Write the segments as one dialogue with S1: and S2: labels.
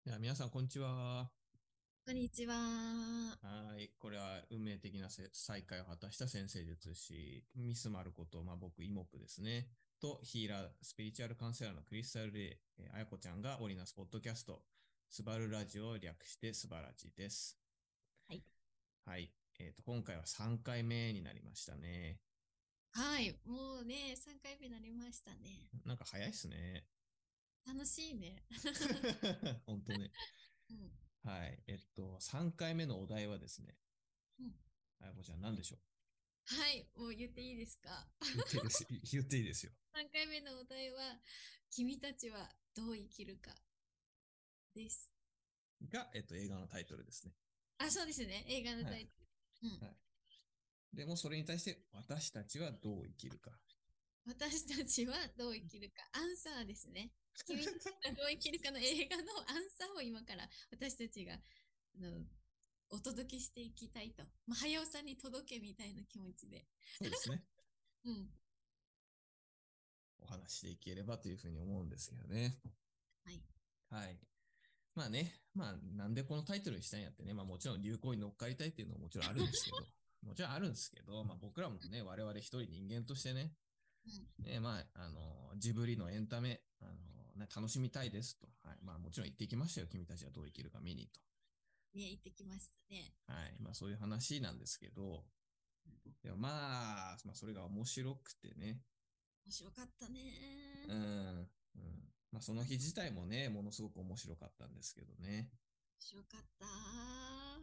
S1: いや、皆さん、こんにちは。
S2: こんにちは。
S1: はい。これは運命的な再会を果たした先生術師、ミスマルこと、僕、イモプですね。と、ヒーラー、スピリチュアルカウンセラーのクリスタル・レイ、あやこちゃんが織りなすポッドキャスト、スバルラジオを略してスバラジです。
S2: はい。
S1: はい。今回は3回目になりましたね。
S2: はい。もうね、3回目になりましたね。
S1: なんか早いっすね。
S2: 楽しいね。
S1: 本当ね。
S2: うん。
S1: はい。3回目のお題はですね、
S2: うん。
S1: あやこちゃん何でしょう？
S2: はい。もう言っていいですか？
S1: 言っていいです。言っていいですよ。
S2: 3回目のお題は、君たちはどう生きるかです。
S1: が、映画のタイトルですね。
S2: あ、そうですね。映画の
S1: はい。
S2: タイトル。うん。
S1: はい。でもそれに対して私たちはどう生きるか。
S2: 私たちはどう生きるか。アンサーですね。君たちはどう生きるかの映画のアンサーを今から私たちがのお届けしていきたいと。まあ、早尾さんに届けみたいな気持ちで。
S1: そうですね。
S2: うん。
S1: お話していければというふうに思うんですけどね。
S2: はい。
S1: はい。まあね、なんでこのタイトルにしたんやってね、もちろん流行に乗っかりたいっていうのももちろんあるんですけど、もちろんあるんですけど、僕らもね、我々一人人間としてね、
S2: うん。
S1: ジブリのエンタメ、楽しみたいですと。はい。もちろん言ってきましたよ。君たちはどう生きるか見にと。
S2: ね、行ってきましたね。
S1: はい。そういう話なんですけど、
S2: うん。
S1: でもそれが面白くてね。
S2: 面白かったね。
S1: うん。うん。その日自体もね、ものすごく面白かったんですけどね。
S2: 面白かった。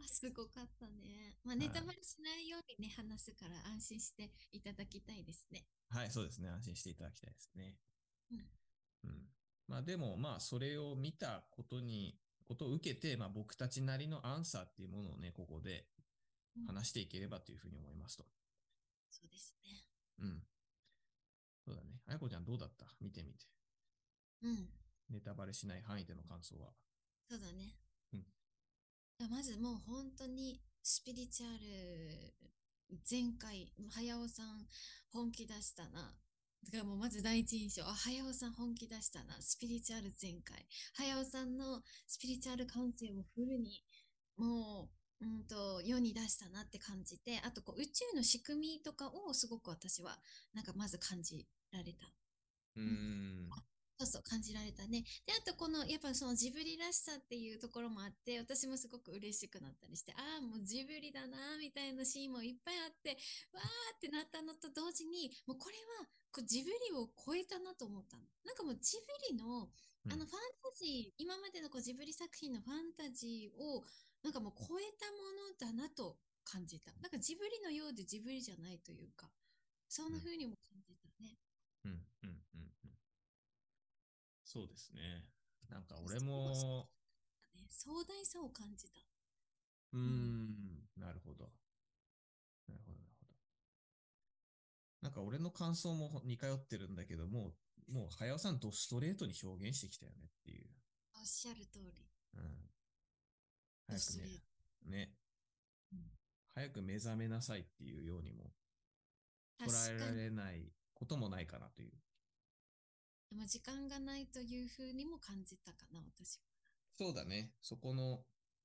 S2: すごかったね。まあ、ネタ
S1: はい。
S2: バレしないようにね、話すから安心していただきたいですね。
S1: はい、そうですね。安心していただきたいですね。
S2: うん。
S1: うん。でも、それを見たことを受けて、僕たちなりのアンサーっていうものをね、ここで
S2: うん。
S1: 話していければというふうに思いますと。
S2: そうですね。
S1: うん。そうだね。あやこちゃんどうだった見てみて。
S2: うん。
S1: ネタバレしない範囲での感想は。
S2: そうだね。
S1: うん。
S2: まずもう本当にスピリチュアル前回、早尾さん本気出したな。だからもうまず第一印象、あ、早尾さん本気出したな。スピリチュアル全開。早尾さんのスピリチュアルカウンセルをフルにもう、世に出したなって感じて、あとこう宇宙の仕組みとかをすごく私はなんかまず感じられた。
S1: うー
S2: うん。
S1: ん。
S2: そうそう、感じられたね。で、あとこの、やっぱそのジブリらしさっていうところもあって、私もすごく嬉しくなったりして、ああ、もうジブリだな、みたいなシーンもいっぱいあって、わーってなったのと同時に、もうこれはこうジブリを超えたなと思ったの。なんかもうジブリの、
S1: うん。
S2: ファンタジー、今までのこうジブリ作品のファンタジーを、なんかもう超えたものだなと感じた。なんかジブリのようでジブリじゃないというか、そん
S1: うん。
S2: な風にも感じたね。
S1: うん。うん。うん。うん。そうですね。なんか俺
S2: すごい
S1: も、
S2: ね、壮大さを感じた。
S1: うー
S2: うん。
S1: ん。なるほど。なるほど、なるほど。なんか俺の感想も似通ってるんだけどもう、早尾さんとストレートに表現してきたよねっていう。
S2: おっしゃる通り。
S1: うん。早くね、
S2: ドストレート。
S1: ね、
S2: うん、
S1: 早く目覚めなさいっていうようにも捉えら
S2: 確かに。
S1: れないこともないかなという。
S2: でも時間がないというふうにも感じたかな、私は。
S1: そうだね。そこの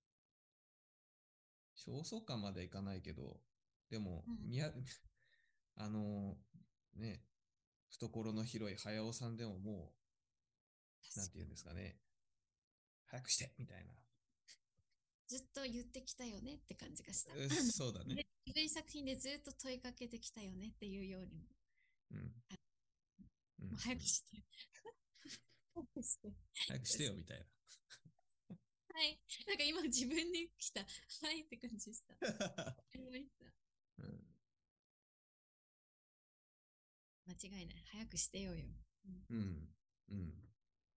S1: 焦燥感までいかないけど、でも、
S2: うん。
S1: あの、ね、懐の広い早尾さんでももう、なんて言うん
S2: 確かに。
S1: ですかね。早くしてみたいな。
S2: ずっと言ってきたよねって感じがした。
S1: そうだね。
S2: ジブリ作品でずっと問いかけてきたよねっていうようにも。
S1: うん。
S2: あ、
S1: うん。
S2: もう早
S1: うん。
S2: くして。早くして。
S1: 早くしてよみたいな。
S2: はい。なんか今自分に来た。はいって感じでした。ありました。
S1: うん。
S2: 間違いない。早くしてよよ。うん。
S1: うん。うん。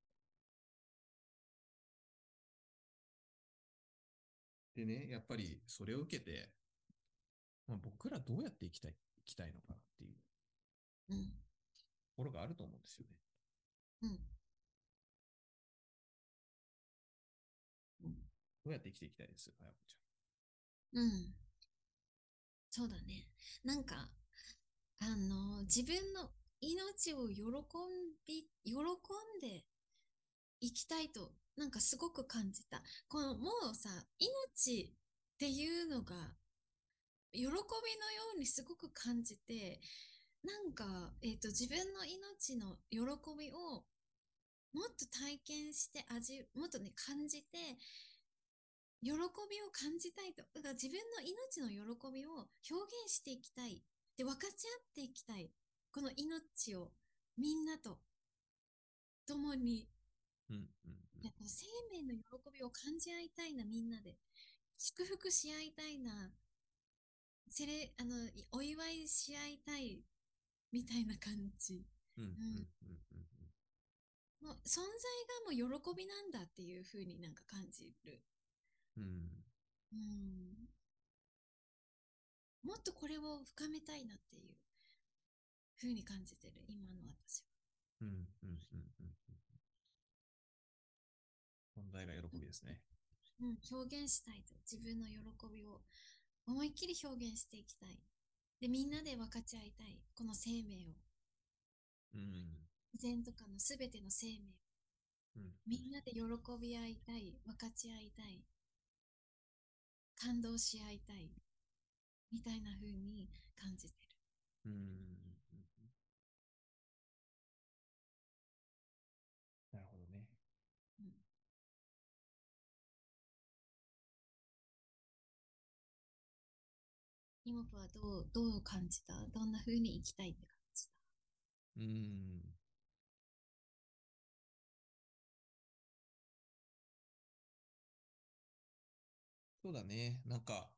S1: でね、やっぱりそれを受けて、僕らどうやって生きたいのかなっていうと
S2: うん。
S1: ころがあると思うんですよね。
S2: うん。うん。
S1: どうやって生きていきたいですあやこち
S2: うん。そうだね。なんか、自分の命を喜んで生きたいと。 なんかすごく感じた。このもうさ、命っていうのが喜びのようにすごく感じて、なんか、自分の命の喜びをもっと体験してもっとね、感じて、喜びを感じたいと。だから自分の命の喜びを表現していきたい。で、分かち合っていきたい。この命をみんなと共に、
S1: うんうんうん。
S2: この生命の喜びを感じ合いたいな、みんなで。祝福し合いたいな。お祝いし合いたいみたいな感じ。
S1: うんうん
S2: うん。
S1: うんうん
S2: もう存在がもう喜びなんだっていう風になんか感じる。
S1: うん。うん。
S2: うん。もっとこれを深めたいなっていう風に感じてる、今の私は。
S1: うんうんうんうん。存在が喜びですね。
S2: うん、表現したいと。自分の喜びを思いっきり表現していきたい。で、みんなで分かち合いたい。この生命を。
S1: うん。
S2: 自然とかのすべての生命を。
S1: うん。
S2: みんなで喜び合いたい。分かち合いたい。感動し合いたい。みたいな風に感じてる。
S1: うん。なるほどね。
S2: うん。妹はどう感じた？どんな風に生きたいって感じた？
S1: うん。そうだね。なんか、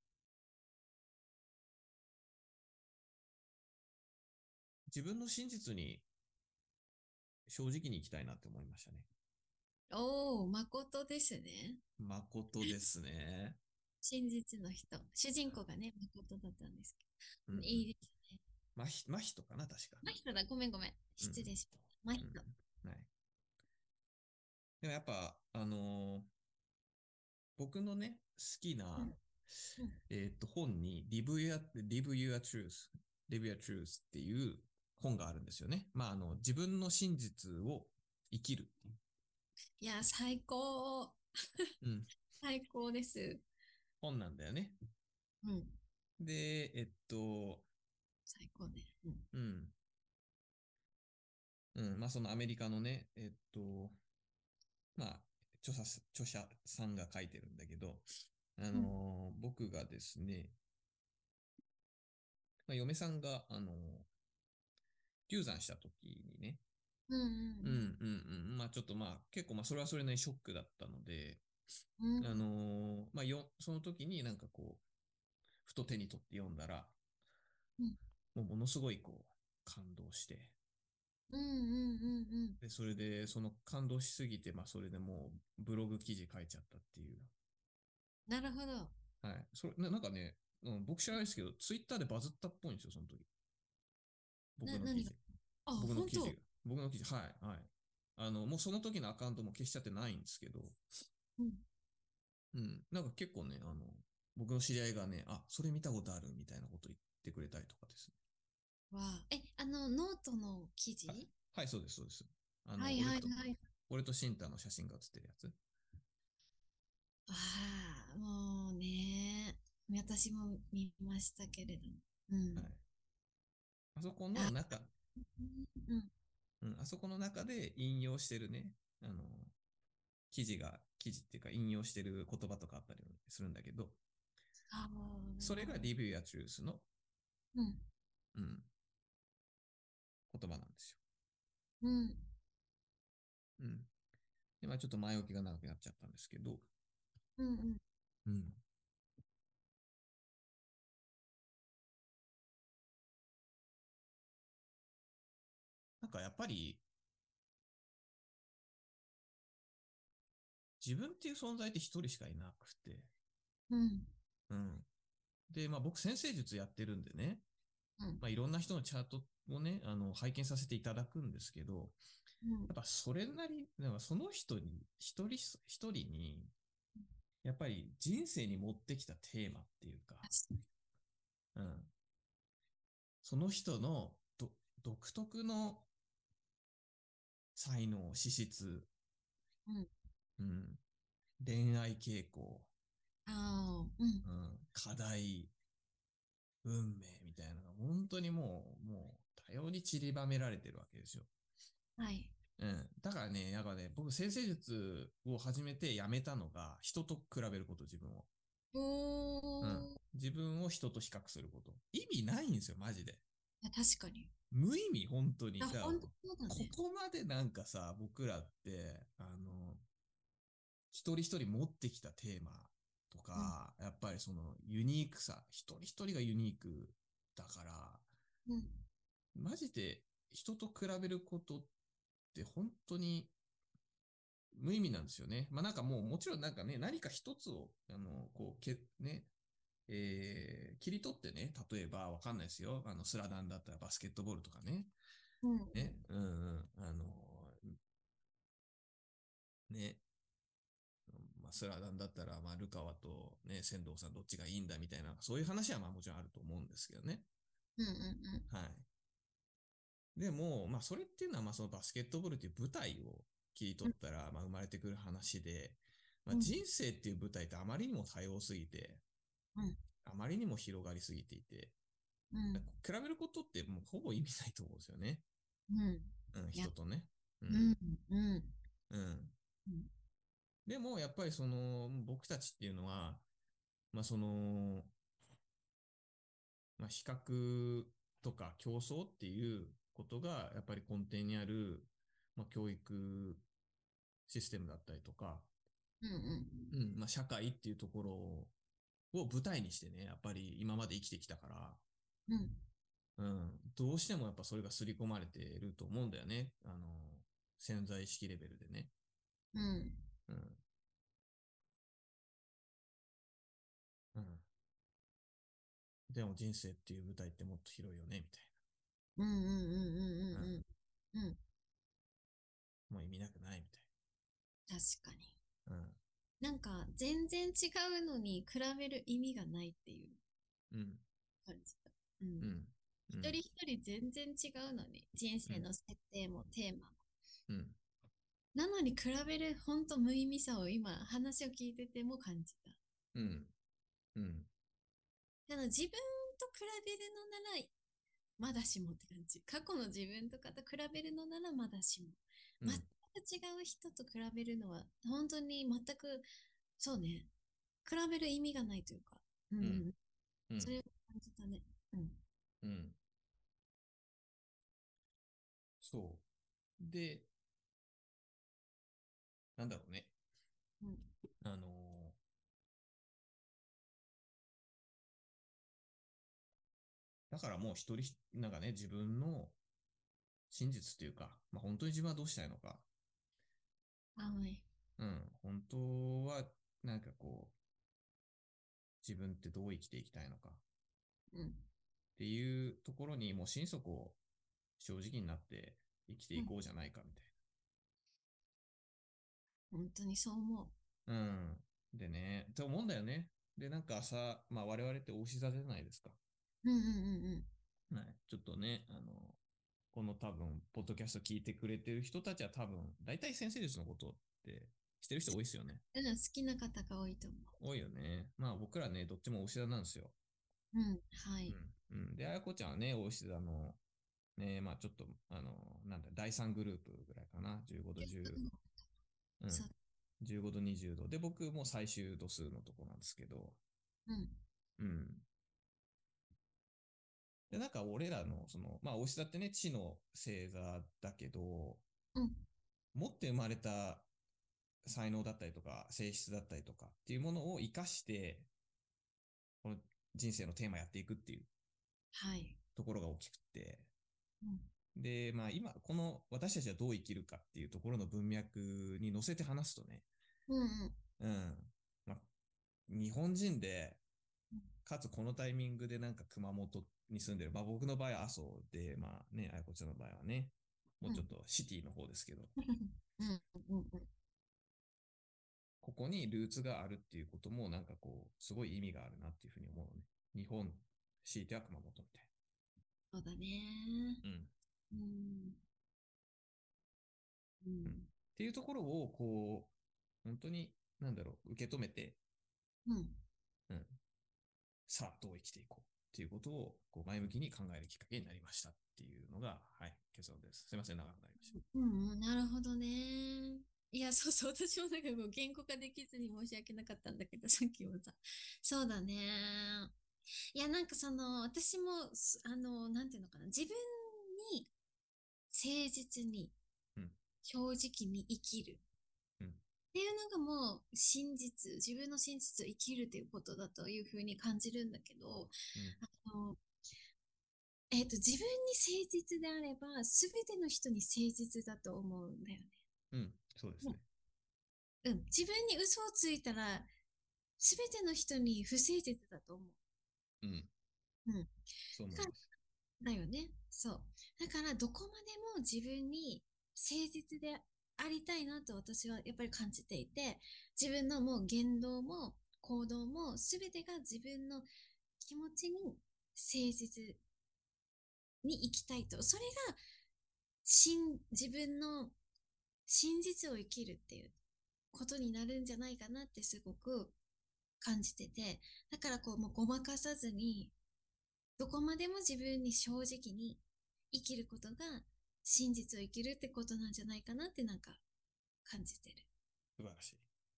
S1: 自分の真実に正直に生きたいなって思いましたね。
S2: おー、誠ですね。
S1: 誠ですね。
S2: 真実の人。主人公がね、誠だったんですけど。
S1: うんうん。
S2: いいですね。
S1: 真人かな、確か。
S2: 真人だ、ごめんごめん。
S1: うん
S2: 失礼しました。真
S1: うん。
S2: 人。
S1: うん。はい。でもやっぱ、僕のね、好きな、
S2: うん、うん。
S1: 本にLive Your Truth, Live Your Truth っていう本があるんですよね。まあ、自分の真実を生きるっていう。
S2: いや、最高。
S1: うん。
S2: 最高です。
S1: 本なんだよね。
S2: うん。
S1: で、
S2: 最高ね。うん。
S1: うん。うん。まあ、そのアメリカのね、まあ、著者さんが書いてるんだけど、
S2: うん。
S1: 僕がですね、まあ、嫁さんが、流産した時にね、
S2: うん。う
S1: うんう
S2: ん。
S1: んうん。まあちょっとまあ結構まあそれはそれなりにショックだったので、
S2: うん。
S1: まあその時になんかこう、ふと手に取って読んだら、
S2: うん。
S1: もうものすごいこう、感動して、
S2: うん。うん。うん。
S1: で、それでその感動しすぎて、まあそれでもうブログ記事書いちゃったっていう。
S2: なるほど。
S1: はい。なんかね、僕知らないですけど、ツイッターでバズったっぽいんですよ、その時。僕の記
S2: 何が？
S1: 事。
S2: あ、本当。
S1: 僕の記事。はい、はい。もうその時のアカウントも消しちゃってないんですけど、
S2: うん。
S1: うん。なんか結構ね、僕の知り合いがね、あ、それ見たことあるみたいなこと言ってくれたりとかですね。
S2: わあ。ノートの記
S1: はい、
S2: 事？
S1: はい、そうです、そうです。
S2: はいはいはい。
S1: 俺とシンタの写真が写ってるやつ。
S2: ああ、もうね。私も見ましたけれども。うん。
S1: はい。あそこの
S2: あ、
S1: 中、
S2: うん。
S1: うん、あそこの中で引用してるね、記事っていうか引用してる言葉とかあったりするんだけど、
S2: あ
S1: それが
S2: あ、
S1: Live Your Truth の、
S2: うん。
S1: うん、言葉なんですよ。
S2: うん。
S1: うん。で、まあちょっと前置きが長くなっちゃったんですけど、
S2: うん。うん。
S1: うん。なんかやっぱり自分っていう存在って一人しかいなくて、
S2: うん。
S1: うん。で、まあ僕先生術やってるんでね、
S2: うん。
S1: まあいろんな人のチャートをね、拝見させていただくんですけど、
S2: うん。
S1: やっぱそれなり、なんかその人に、一人に、やっぱり人生に持ってきたテーマっていうか、
S2: 確かに。
S1: うん。その人の独特の才能、資質、
S2: うん。
S1: うん。恋愛傾向、
S2: ああ、うん。
S1: うん。課題、運命みたいなのが本当にもう多様に散りばめられてるわけですよ。
S2: はい。
S1: うん。だからね、やっぱね、僕、先生術を始めてやめたのが、人と比べること、自分を。うん。
S2: おー。
S1: 自分を人と比較すること。意味ないんですよ、マジで。
S2: いや確かに。
S1: 無意味、本当に。だから、
S2: 本当そうだね。
S1: ここまでなんかさ、僕らって、一人一人持ってきたテーマと
S2: うん。
S1: か、やっぱりそのユニークさ、一人一人がユニークだから、
S2: うん。
S1: マジで人と比べることって本当に無意味なんですよね。まあなんかもうもちろんなんかね、何か一つを、切り取ってね、例えばわかんないですよ。スラダンだったらバスケットボールとかね。
S2: うん。
S1: ね、うんうん、ね、まあ、スラダンだったら、まあ、ルカワとね、仙道さんどっちがいいんだみたいな、そういう話はまあもちろんあると思うんですけどね。
S2: うん。うん。
S1: はい。でも、まあ、それっていうのは、まあ、そのバスケットボールっていう舞台を切り
S2: うん。
S1: 取ったら、まあ、生まれてくる話で、まあ、
S2: うん。
S1: 人生っていう舞台ってあまりにも多様すぎて、
S2: うん。
S1: あまりにも広がりすぎていて、
S2: うん。
S1: 比べることってもうほぼ意味ないと思うんですよね。
S2: うん。
S1: うん、
S2: いや、
S1: 人とね。うん。
S2: うん。うん。
S1: うん。
S2: うん。
S1: でも、やっぱりその、僕たちっていうのは、まあ、まあ、比較とか競争っていうことが、やっぱり根底にある、まあ、教育システムだったりとか、
S2: うん。うん。
S1: うん、まあ、社会っていうところを舞台にしてね、やっぱり今まで生きてきたから、
S2: うん。
S1: うん、どうしてもやっぱそれが刷り込まれていると思うんだよね。潜在意識レベルでね。
S2: うん。
S1: うん、うん。でも人生っていう舞台ってもっと広いよね、みたい
S2: うん。うん。うん。うん。
S1: な。うん。
S2: うん。うん。
S1: もう意味なくないみたい
S2: 確かに。
S1: な。うん。
S2: なんか、全然違うのに比べる意味がないっていう
S1: うん。
S2: 感じだ。うん。
S1: うん。うん。
S2: 一人一人全然違うのに、人
S1: うん。
S2: 生の設定もテーマも。
S1: うん。
S2: なのに比べる本当無意味さを今話を聞いてても感じた。
S1: うん。うん。
S2: 自分と比べるのならまだしもって感じ。過去の自分とかと比べるのならまだしも。全く
S1: うん。
S2: 違う人と比べるのは本当に全く、そうね、比べる意味がないというか。うんう
S1: うん。
S2: ん。
S1: うん。
S2: それを感じたね。うん。
S1: うん。そう。で、なんだろうね。
S2: うん。
S1: あのーだからもう一人、なんかね、自分の真実っていうか、まあ本当に自分はどうしたいのか。
S2: はい。
S1: うん。本当は、なんかこう、自分ってどう生きていきたいのか。
S2: うん。
S1: っていうところにもう心底を正直になって生きて
S2: うん。
S1: いこうじゃないかみたい
S2: 本当にそう思
S1: な。うん。でね、って思うんだよね。で、なんか朝、まあ我々ってお牛座じゃないですか。
S2: う。うんうんうん
S1: はい。ちょっとね、この多分、ポッドキャスト聞いてくれてる人たちは多分、大体先生術のことってしてる人多いですよね。
S2: うん。好きな方が多いと思
S1: 多いよね。まあ僕らね、どっちもお牛座なんですよ。
S2: う。うん。はい。
S1: うん。うん。で、あやこちゃんはね、お牛座の、ね、まあちょっと、なんだ、第3グループぐらいかな。15度、10、うん。
S2: そう。
S1: 15度、20度。で、僕も最終度数のとこなんですけど、
S2: うん。
S1: うん。で、なんか俺らの、まあ、お牛座ってね、地の星座だけど、
S2: うん。
S1: 持って生まれた才能だったりとか、性質だったりとかっていうものを活かして、この人生のテーマやっていくっていう
S2: はい。
S1: ところが大きくって、
S2: うん。
S1: で、まあ今、この私たちはどう生きるかっていうところの文脈に乗せて話すとね、
S2: うんうん。
S1: うん。まあ、日本人で、
S2: うん。
S1: かつこのタイミングでなんか熊本に住んでる。まあ僕の場合は阿蘇で、まあね、あやこちゃんの場合はね、もうちょっとシティの方ですけど、
S2: うん。うん。うん。
S1: ここにルーツがあるっていうこともなんかこう、すごい意味があるなっていうふうに思うのね。日本、強いては熊本みたい
S2: そうだね。
S1: な。うん。
S2: うん。う
S1: うん。っ
S2: ん。
S1: ていうところを、こう、 本当に、なんだろう、受け止めて、
S2: うん。
S1: うん、さあ、どう生きていこうっていうことを、こう前向きに考えるきっかけになりましたっていうのが、はい、結論です。すいません、長くなりました。
S2: うん、うん、なるほどね。いや、そうそう、私もなんかこう言語化できずに申し訳なかったんだけど、さっきもさ。そうだね。いや、なんか私も、なんていうのかな、自分に誠実に、
S1: うん、
S2: 正直に生きる。
S1: うん、
S2: っていうのがもう自分の真実を生きるということだというふうに感じるんだけど、
S1: うん、
S2: あの、自分に誠実であれば、すべての人に誠実だと思うんだよね。
S1: うん、そうですね。
S2: うん、自分に嘘をついたら、すべての人に不誠実だと思う。
S1: うん、
S2: うん。だから
S1: そう思います。
S2: だよね。そう。だから、どこまでも自分に誠実でありたいなと私はやっぱり感じていて、自分のもう言動も行動もすべてが自分の気持ちに誠実に生きたいと。それが自分の真実を生きるっていうことになるんじゃないかなってすごく感じてて、だからこうもうごまかさずに、どこまでも自分に正直に生きることが真実を生きるってことなんじゃないかなってなんか感じてる。
S1: 素晴らしい。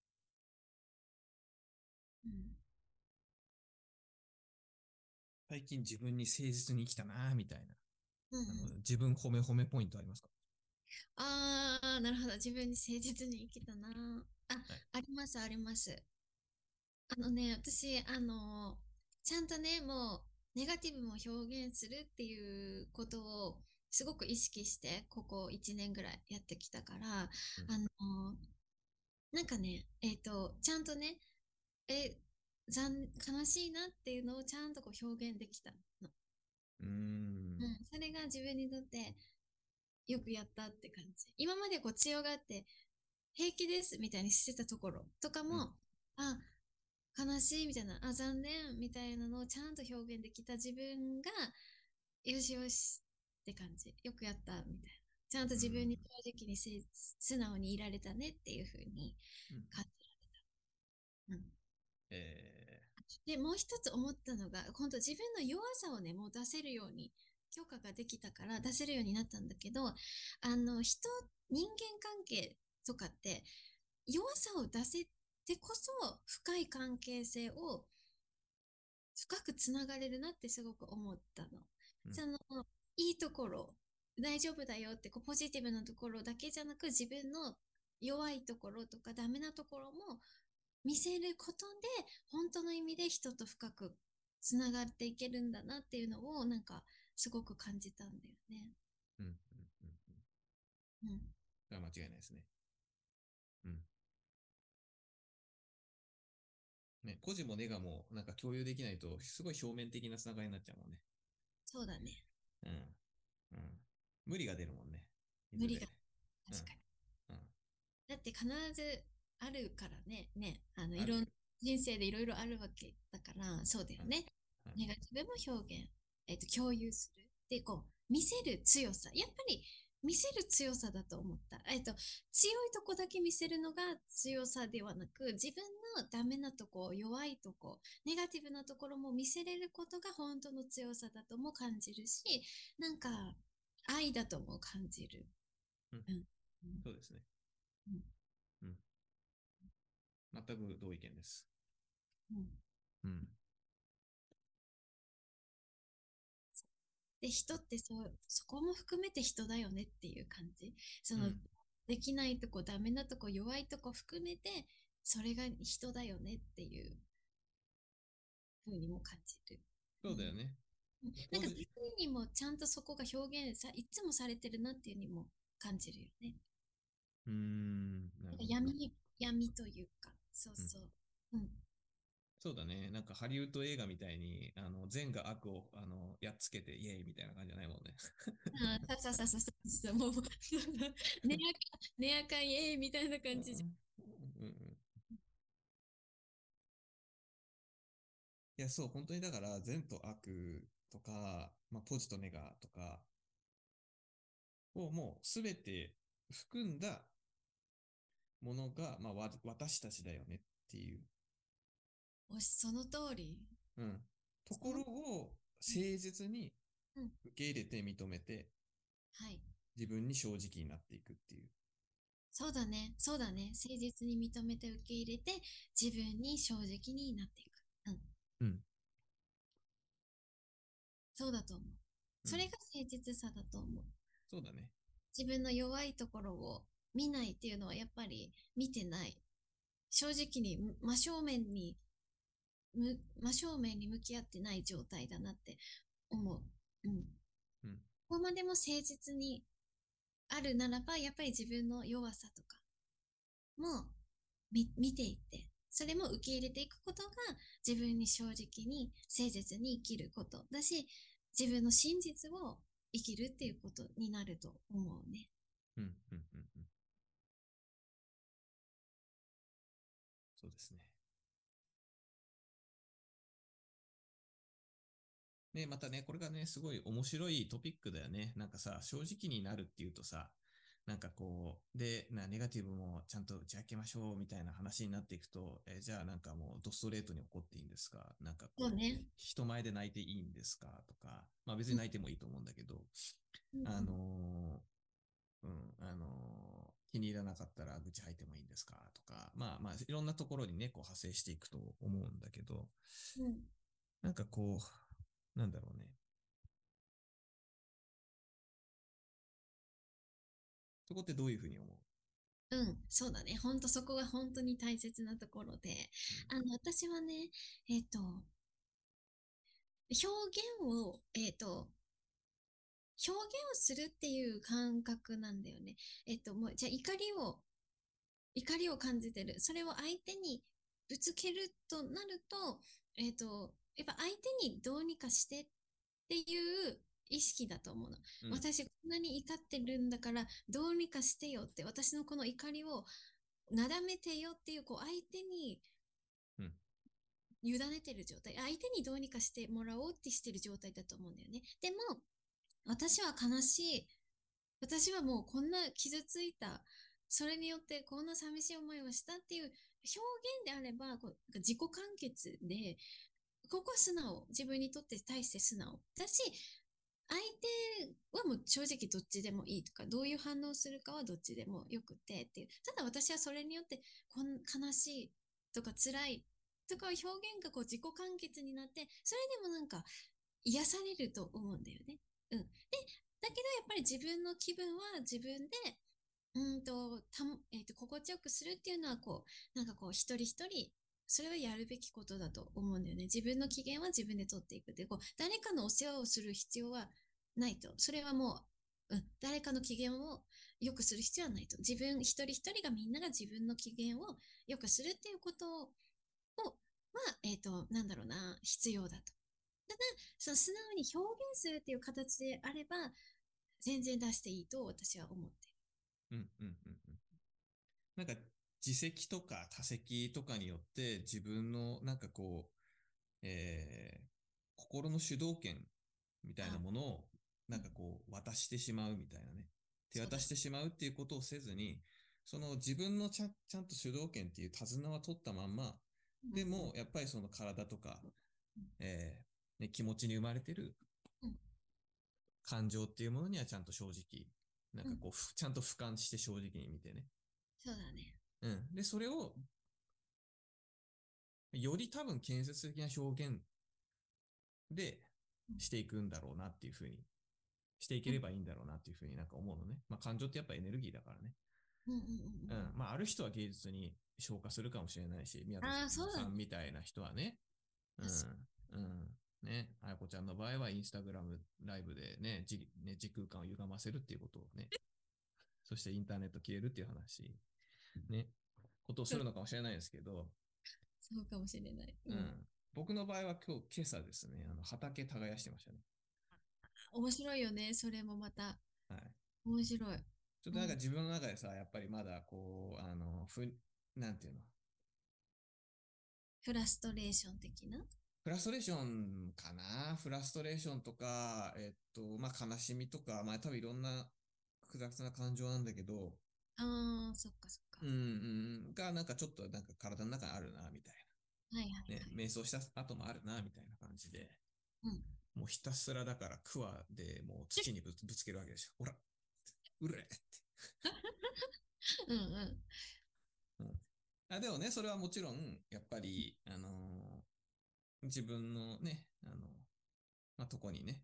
S2: うん。
S1: 最近自分に誠実に生きたなみたいな、
S2: うんうん。
S1: 自分褒め褒めポイントありますか？
S2: ああ、なるほど。自分に誠実に生きたな。あ、
S1: はい。
S2: あります、あります。私、ちゃんとね、もう、ネガティブも表現するっていうことを、すごく意識して、ここ1年ぐらいやってきたから、
S1: うん。
S2: なんかね、ちゃんとね、え、悲しいなっていうのをちゃんとこう表現できたの。
S1: うーん。
S2: うん、それが自分にとってよくやったって感じ。今までこう強がって平気ですみたいにしてたところとか
S1: うん。
S2: も、あ、悲しいみたいな、あ、残念みたいなのをちゃんと表現できた自分が、よしよしって感じ。よくやったみたいな。ちゃんと
S1: うん。
S2: 自分に正直に素直にいられたねっていうふうに
S1: うん。
S2: 感じられた。うん。
S1: え
S2: で、もう一つ思ったのが、今度自分の弱さをね、もう出せるように、許可ができたから出せるようになったんだけど、人間関係とかって、弱さを出せてこそ深い関係性を深くつながれるなってすごく思ったの。
S1: ー、うん。
S2: その、いいところ、大丈夫だよってこうポジティブなところだけじゃなく自分の弱いところとかダメなところも見せることで本当の意味で人と深くつながっていけるんだなっていうのをなんかすごく感じたんだよね。
S1: うん。うん。うん。
S2: うん。
S1: それは間違いないですね。うん。ね、個人もネガもなんか共有できないと、すごい表面的なつながりになっちゃうもんね。
S2: そうだね。
S1: うん。うん。無理が出るもんね。いずれ。
S2: 無理が
S1: うん。
S2: 確かに。
S1: うん。
S2: だって必ずあるからね、いろん
S1: あるよ。
S2: 人生でいろいろあるわけだから、そうだよ
S1: うん。
S2: ね。
S1: うん。
S2: ネガティブも表現、共有する。で、こう、見せる強さ。やっぱり見せる強さだと思った。強いとこだけ見せるのが強さではなく、自分のダメなとこ、弱いとこ、ネガティブなところも見せれることが本当の強さだとも感じるし、なんか、愛だとも感じる。
S1: うん。
S2: うん。うん。
S1: そうですね。
S2: うん。
S1: うん。全く同意見です。
S2: うん。
S1: うん。
S2: で、人ってそこも含めて人だよねっていう感じ。その、
S1: うん。
S2: できないとこ、ダメなとこ、弱いとこ含めて、それが人だよねっていうふうにも感じる。うん。
S1: そうだよね。
S2: なんか、
S1: ポジ、
S2: 逆にもちゃんとそこが表現いつもされてるなっていうにも感じるよね。
S1: うーん、な
S2: なんか
S1: るほどね。
S2: 闇というか、そう
S1: うん。
S2: そう。うん。
S1: そうだね。なんかハリウッド映画みたいに、善が悪を、やっつけてイエーイみたいな感じじゃないもんね。
S2: ああ、ささささささ、もう、ねねやかんイエーイみたいな
S1: うん。
S2: 感じじ
S1: うん。うん。いや、そう、本当にだから、善と悪とか、まあ、ポジとネガとかをもうすべて含んだものが、まあ、私たちだよねっていう。
S2: その通り。
S1: うん。と
S2: その、
S1: ころを
S2: うん、
S1: 誠実に
S2: うん、
S1: 受け入れて認めて
S2: はい。
S1: 自分に正直になっていくっていう。
S2: そうだね。そうだね。誠実に認めて受け入れて、自分に正直になっていく。うん。
S1: うん。
S2: そうだと思う。
S1: うん。
S2: それが誠実さだと思う。
S1: そうだね。
S2: 自分の弱いところを見ないっていうのはやっぱり見てない。正直に真正面に向き合ってない状態だなって思う。うん。
S1: うん。
S2: ここまでも誠実にあるならば、やっぱり自分の弱さとかも見ていって、それも受け入れていくことが自分に正直に誠実に生きることだし、自分の真実を生きるっていうことになると思うね。
S1: うん。うん。うん。うん。そうですね。ね、またね、これがね、すごい面白いトピックだよね。なんかさ、正直になるっていうとさ、なんかこう、で、ネガティブもちゃんと打ち明けましょうみたいな話になっていくと、じゃあなんかもうドストレートに怒っていいんですか？なんかこう、
S2: そうね。
S1: 人前で泣いていいんですかとか、まあ別
S2: うん、
S1: に泣いてもいいと思うんだけど、
S2: うん、
S1: あの気に入らなかったら愚痴吐いてもいいんですかとか、まあまあ、いろんなところにね、こう派生していくと思うんだけど、
S2: うん、
S1: なんかこう、なんだろうね。そこってどういうふうに思う？
S2: うん、そうだね。本当そこが本当に大切なところで、
S1: うん。
S2: 私はね、表現を、表現をするっていう感覚なんだよね。もう、じゃあ怒りを感じてる。それを相手にぶつけるとなると、やっぱ相手にどうにかしてっていう意識だと思うの。
S1: うん。
S2: 私こんなに怒ってるんだからどうにかしてよって、私のこの怒りをなだめてよっていう、こう相手に
S1: うん。
S2: 委ねてる状態、相手にどうにかしてもらおうってしてる状態だと思うんだよね。でも、私は悲しい。私はもうこんな傷ついた。それによってこんな寂しい思いをしたっていう表現であれば、こう自己完結で、ここは素直。自分にとって対して素直。だし、相手はもう正直どっちでもいいとか、どういう反応するかはどっちでもよくてっていう。ただ私はそれによって悲しいとか辛いとか表現がこう自己完結になって、それでもなんか癒されると思うんだよね。うん。で、だけどやっぱり自分の気分は自分で、心地よくするっていうのはなんかこう一人一人それはやるべきことだと思うんだよね。自分の機嫌は自分で取っていく。で、誰かのお世話をする必要はないと。それはもう、誰かの機嫌を良くする必要はないと。自分一人一人がみんなが自分の機嫌を良くするっていうことを、なんだろうな、必要だと。ただ、その素直に表現するっていう形であれば、全然出していいと私は思って
S1: うん。うん。うん。うん。なんか、自責とか他責とかによって自分のなんかこう、心の主導権みたいな
S2: あ、
S1: ものを
S2: うん、
S1: なんかこう渡してしまうみたいなね。手
S2: そうだね。
S1: 渡してしまうっていうことをせずに、その自分のちゃんと主導権っていう手綱は取ったまんま、
S2: うんうん
S1: でもやっぱりその体とか、
S2: うん
S1: ね、気持ちに生まれてる
S2: うん
S1: 感情っていうものにはちゃんと正直、なん
S2: うん、
S1: かこう、ちゃんと俯瞰して正直に見てね。
S2: そうだね。
S1: うん。で、それを、より多分建設的な表現で
S2: うん
S1: していくんだろうなっていうふうに、していけ
S2: うん
S1: ればいいんだろうなっていうふうになんか思うのね。まあ感情ってやっぱエネルギーだからね。
S2: うんうんうん
S1: うん。まあある人は芸術に消化するかもしれないし、宮
S2: うん。
S1: 田
S2: ああ、そうだね。
S1: さんみたいな人はね、うん。
S2: 確か
S1: うん。ね、あやこちゃんの場合はインスタグラムライブでね、時空間を歪ませるっていうことをね、そしてインターネット消えるっていう話、ね、ことをす
S2: に。
S1: るのかもしれないですけど、
S2: そうかもしれない。うん。
S1: うん。僕の場合は今朝ですね、畑耕してましたね。
S2: 面白いよね。それもまた。
S1: はい。
S2: 面白い。
S1: ちょっとなんか
S2: うん。
S1: 自分の中でさ、やっぱりまだこう、なんていうの、
S2: フラストレーション的な。
S1: フラストレーションかな。フラストレーションとか、まあ、悲しみとか、まあ、多分いろんな複雑な感情なんだけど、
S2: ああ、そっかそっか。
S1: うん、うん、が、なんかちょっとなんか体の中にあるな、みたい
S2: はいはいは
S1: な。ね、
S2: い。
S1: 瞑想した後もあるな、みたいな感じで。
S2: うん。
S1: もうひたすらだからクワでもう土にぶつけるわけですよ。ほら、うれって。
S2: うんうん。
S1: うん、でもね、それはもちろん、やっぱり、自分のね、まあ、とこにね、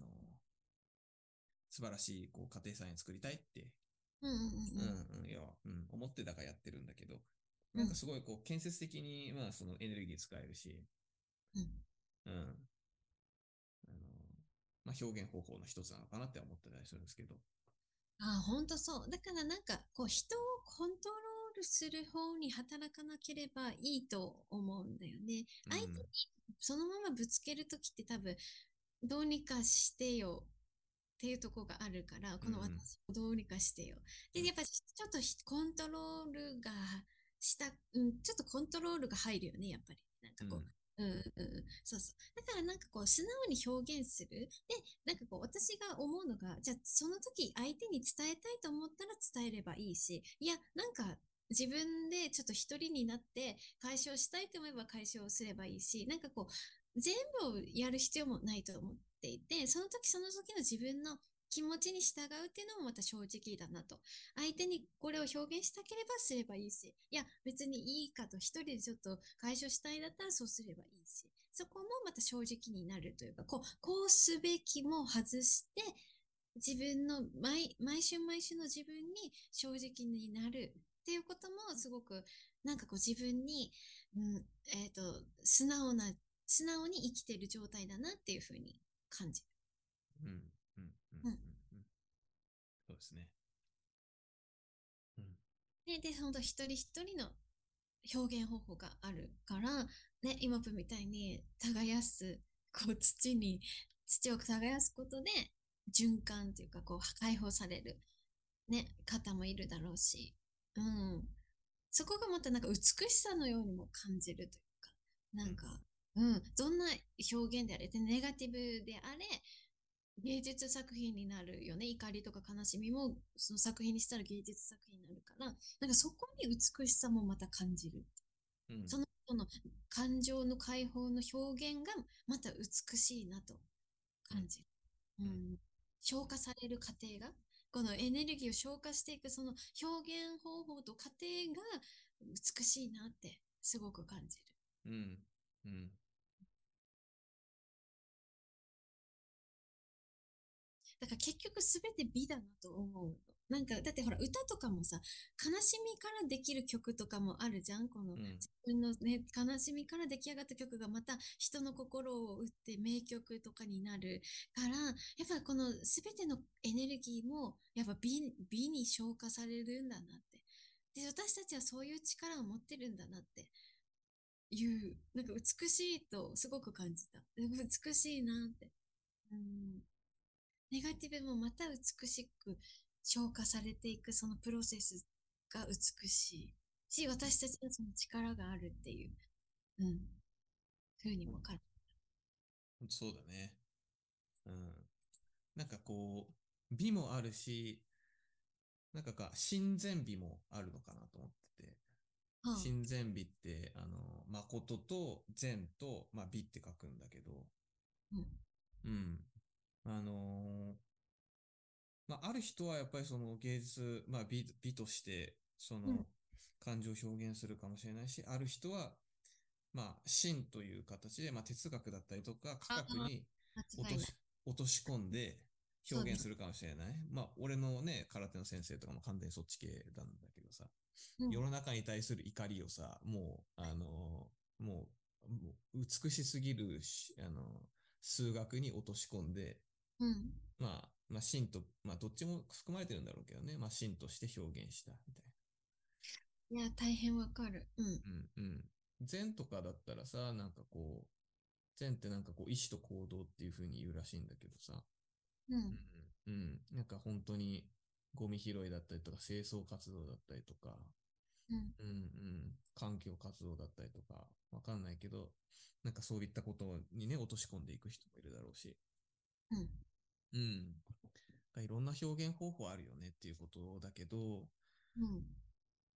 S1: 素晴らしいこう家庭菜園作りたいって、
S2: うんうんうん
S1: 思ってたからやってるんだけど、
S2: うん。
S1: なんかすごいこう建設的に、まあ、そのエネルギー使えるし、
S2: うん。
S1: うん、あの、まあ、表現方法の一つなのかなって思ってたりするんですけど、
S2: ああ、ほんとそう。だからなんか、こう、人をコントロールする方に働かなければいいと思うんだよね。相手に
S1: うん、
S2: そのままぶつけるときって多分、どうにかしてよっていうところがあるから、この
S1: うん、
S2: 私をどうにかしてよ。で、
S1: うん、
S2: やっぱちょっとコントロールがちょっとコントロールが入るよね、やっぱり。なんかこ
S1: うん、
S2: う、そうそう。だからなんかこう、素直に表現する。で、なんかこう、私が思うのが、じゃあその時相手に伝えたいと思ったら伝えればいいし、いや、なんか自分でちょっと一人になって解消したいと思えば解消すればいいし、なんかこう、全部をやる必要もないと思っていて、その時その時の自分の気持ちに従うっていうのもまた正直だなと。相手にこれを表現したければすればいいし、いや、別にいいかと、一人でちょっと解消したいだったらそうすればいいし、そこもまた正直になるというか、こうすべきも外して、自分の毎週毎週の自分に正直になるっていうこともすごくなんかこう自分に、うん、素直に生きている状態だなっていうふうに感じ
S1: うん、うん、うん、
S2: る。うん。
S1: うん、そうですね。うん、
S2: で、本当一人一人の表現方法があるから、ね、今プみたいに耕す、こう土を耕すことで循環というか、こう解放される、ね、方もいるだろうし、うん。そこがまたなんか美しさのようにも感じるというか、な
S1: うん、
S2: んか、どんな表現であれ、でネガティブであれ、芸術作品になるよね。怒りとか悲しみもその作品にしたら芸術作品になるから、なんかそこに美しさもまた感じる。
S1: うん、
S2: その人の感情の解放の表現がまた美しいなと
S1: うん、
S2: 感じる。う
S1: うん、
S2: ん、消化される過程が、このエネルギーを消化していくその表現方法と過程が美しいなってすごく感じる。
S1: うん、うん、
S2: だから結局すべて美だなと思うの。なんか、だってほら、歌とかもさ、悲しみからできる曲とかもあるじゃん。この
S1: うん、
S2: 自分のね、悲しみから出来上がった曲がまた人の心を打って名曲とかになるから、やっぱこのすべてのエネルギーも、やっぱ美に消化されるんだなって。で、私たちはそういう力を持ってるんだなっていう、なんか美しいとすごく感じた。美しいなって。うんネガティブもまた美しく消化されていくそのプロセスが美しいし、私たちのその力があるっていう、うん、ふうにも感
S1: そうだね。うん。なんかこう、美もあるし、なんか親善美もあるのかなと思ってて、
S2: じ。はあ、
S1: 親善美って、誠と善と、まあ、美って書くんだけど、
S2: うん、
S1: うん。あのまあ、ある人はやっぱりその芸術、まあ美として、そ
S2: うん、
S1: の感情を表現するかもしれないし、ある人は、まあ、真という形で、まあ、哲学だったりとか、科
S2: ああ、
S1: 学に落
S2: 間違いない。
S1: とし、落とし込んで
S2: そうね。
S1: 表現するかもしれない。まあ、俺のね、空手の先生とかも完全にそっち系なんだけどさ、
S2: うん、
S1: 世の中に対する怒りをさ、ももう美しすぎるし、数学に落とし込んで、
S2: うん。
S1: まあ、真と、まあ、どっちも含まれてるんだろうけどね。まあ、真として表現したみたい
S2: いや、大変わかる。うん、
S1: な。うん、うん。禅とかだったらさ、なんかこう、禅ってなんかこう、意志と行動っていう風に言うらしいんだけどさ。
S2: うん、
S1: うん、うん。なんか本当に、ゴミ拾いだったりとか、清掃活動だったりとか、
S2: うん、
S1: うん、うん。環境活動だったりとか、わかんないけど、なんかそういったことにね、落とし込んでいく人もいるだろうし。
S2: うん、
S1: うん。いろんな表現方法あるよねっていうことだけど、
S2: うん。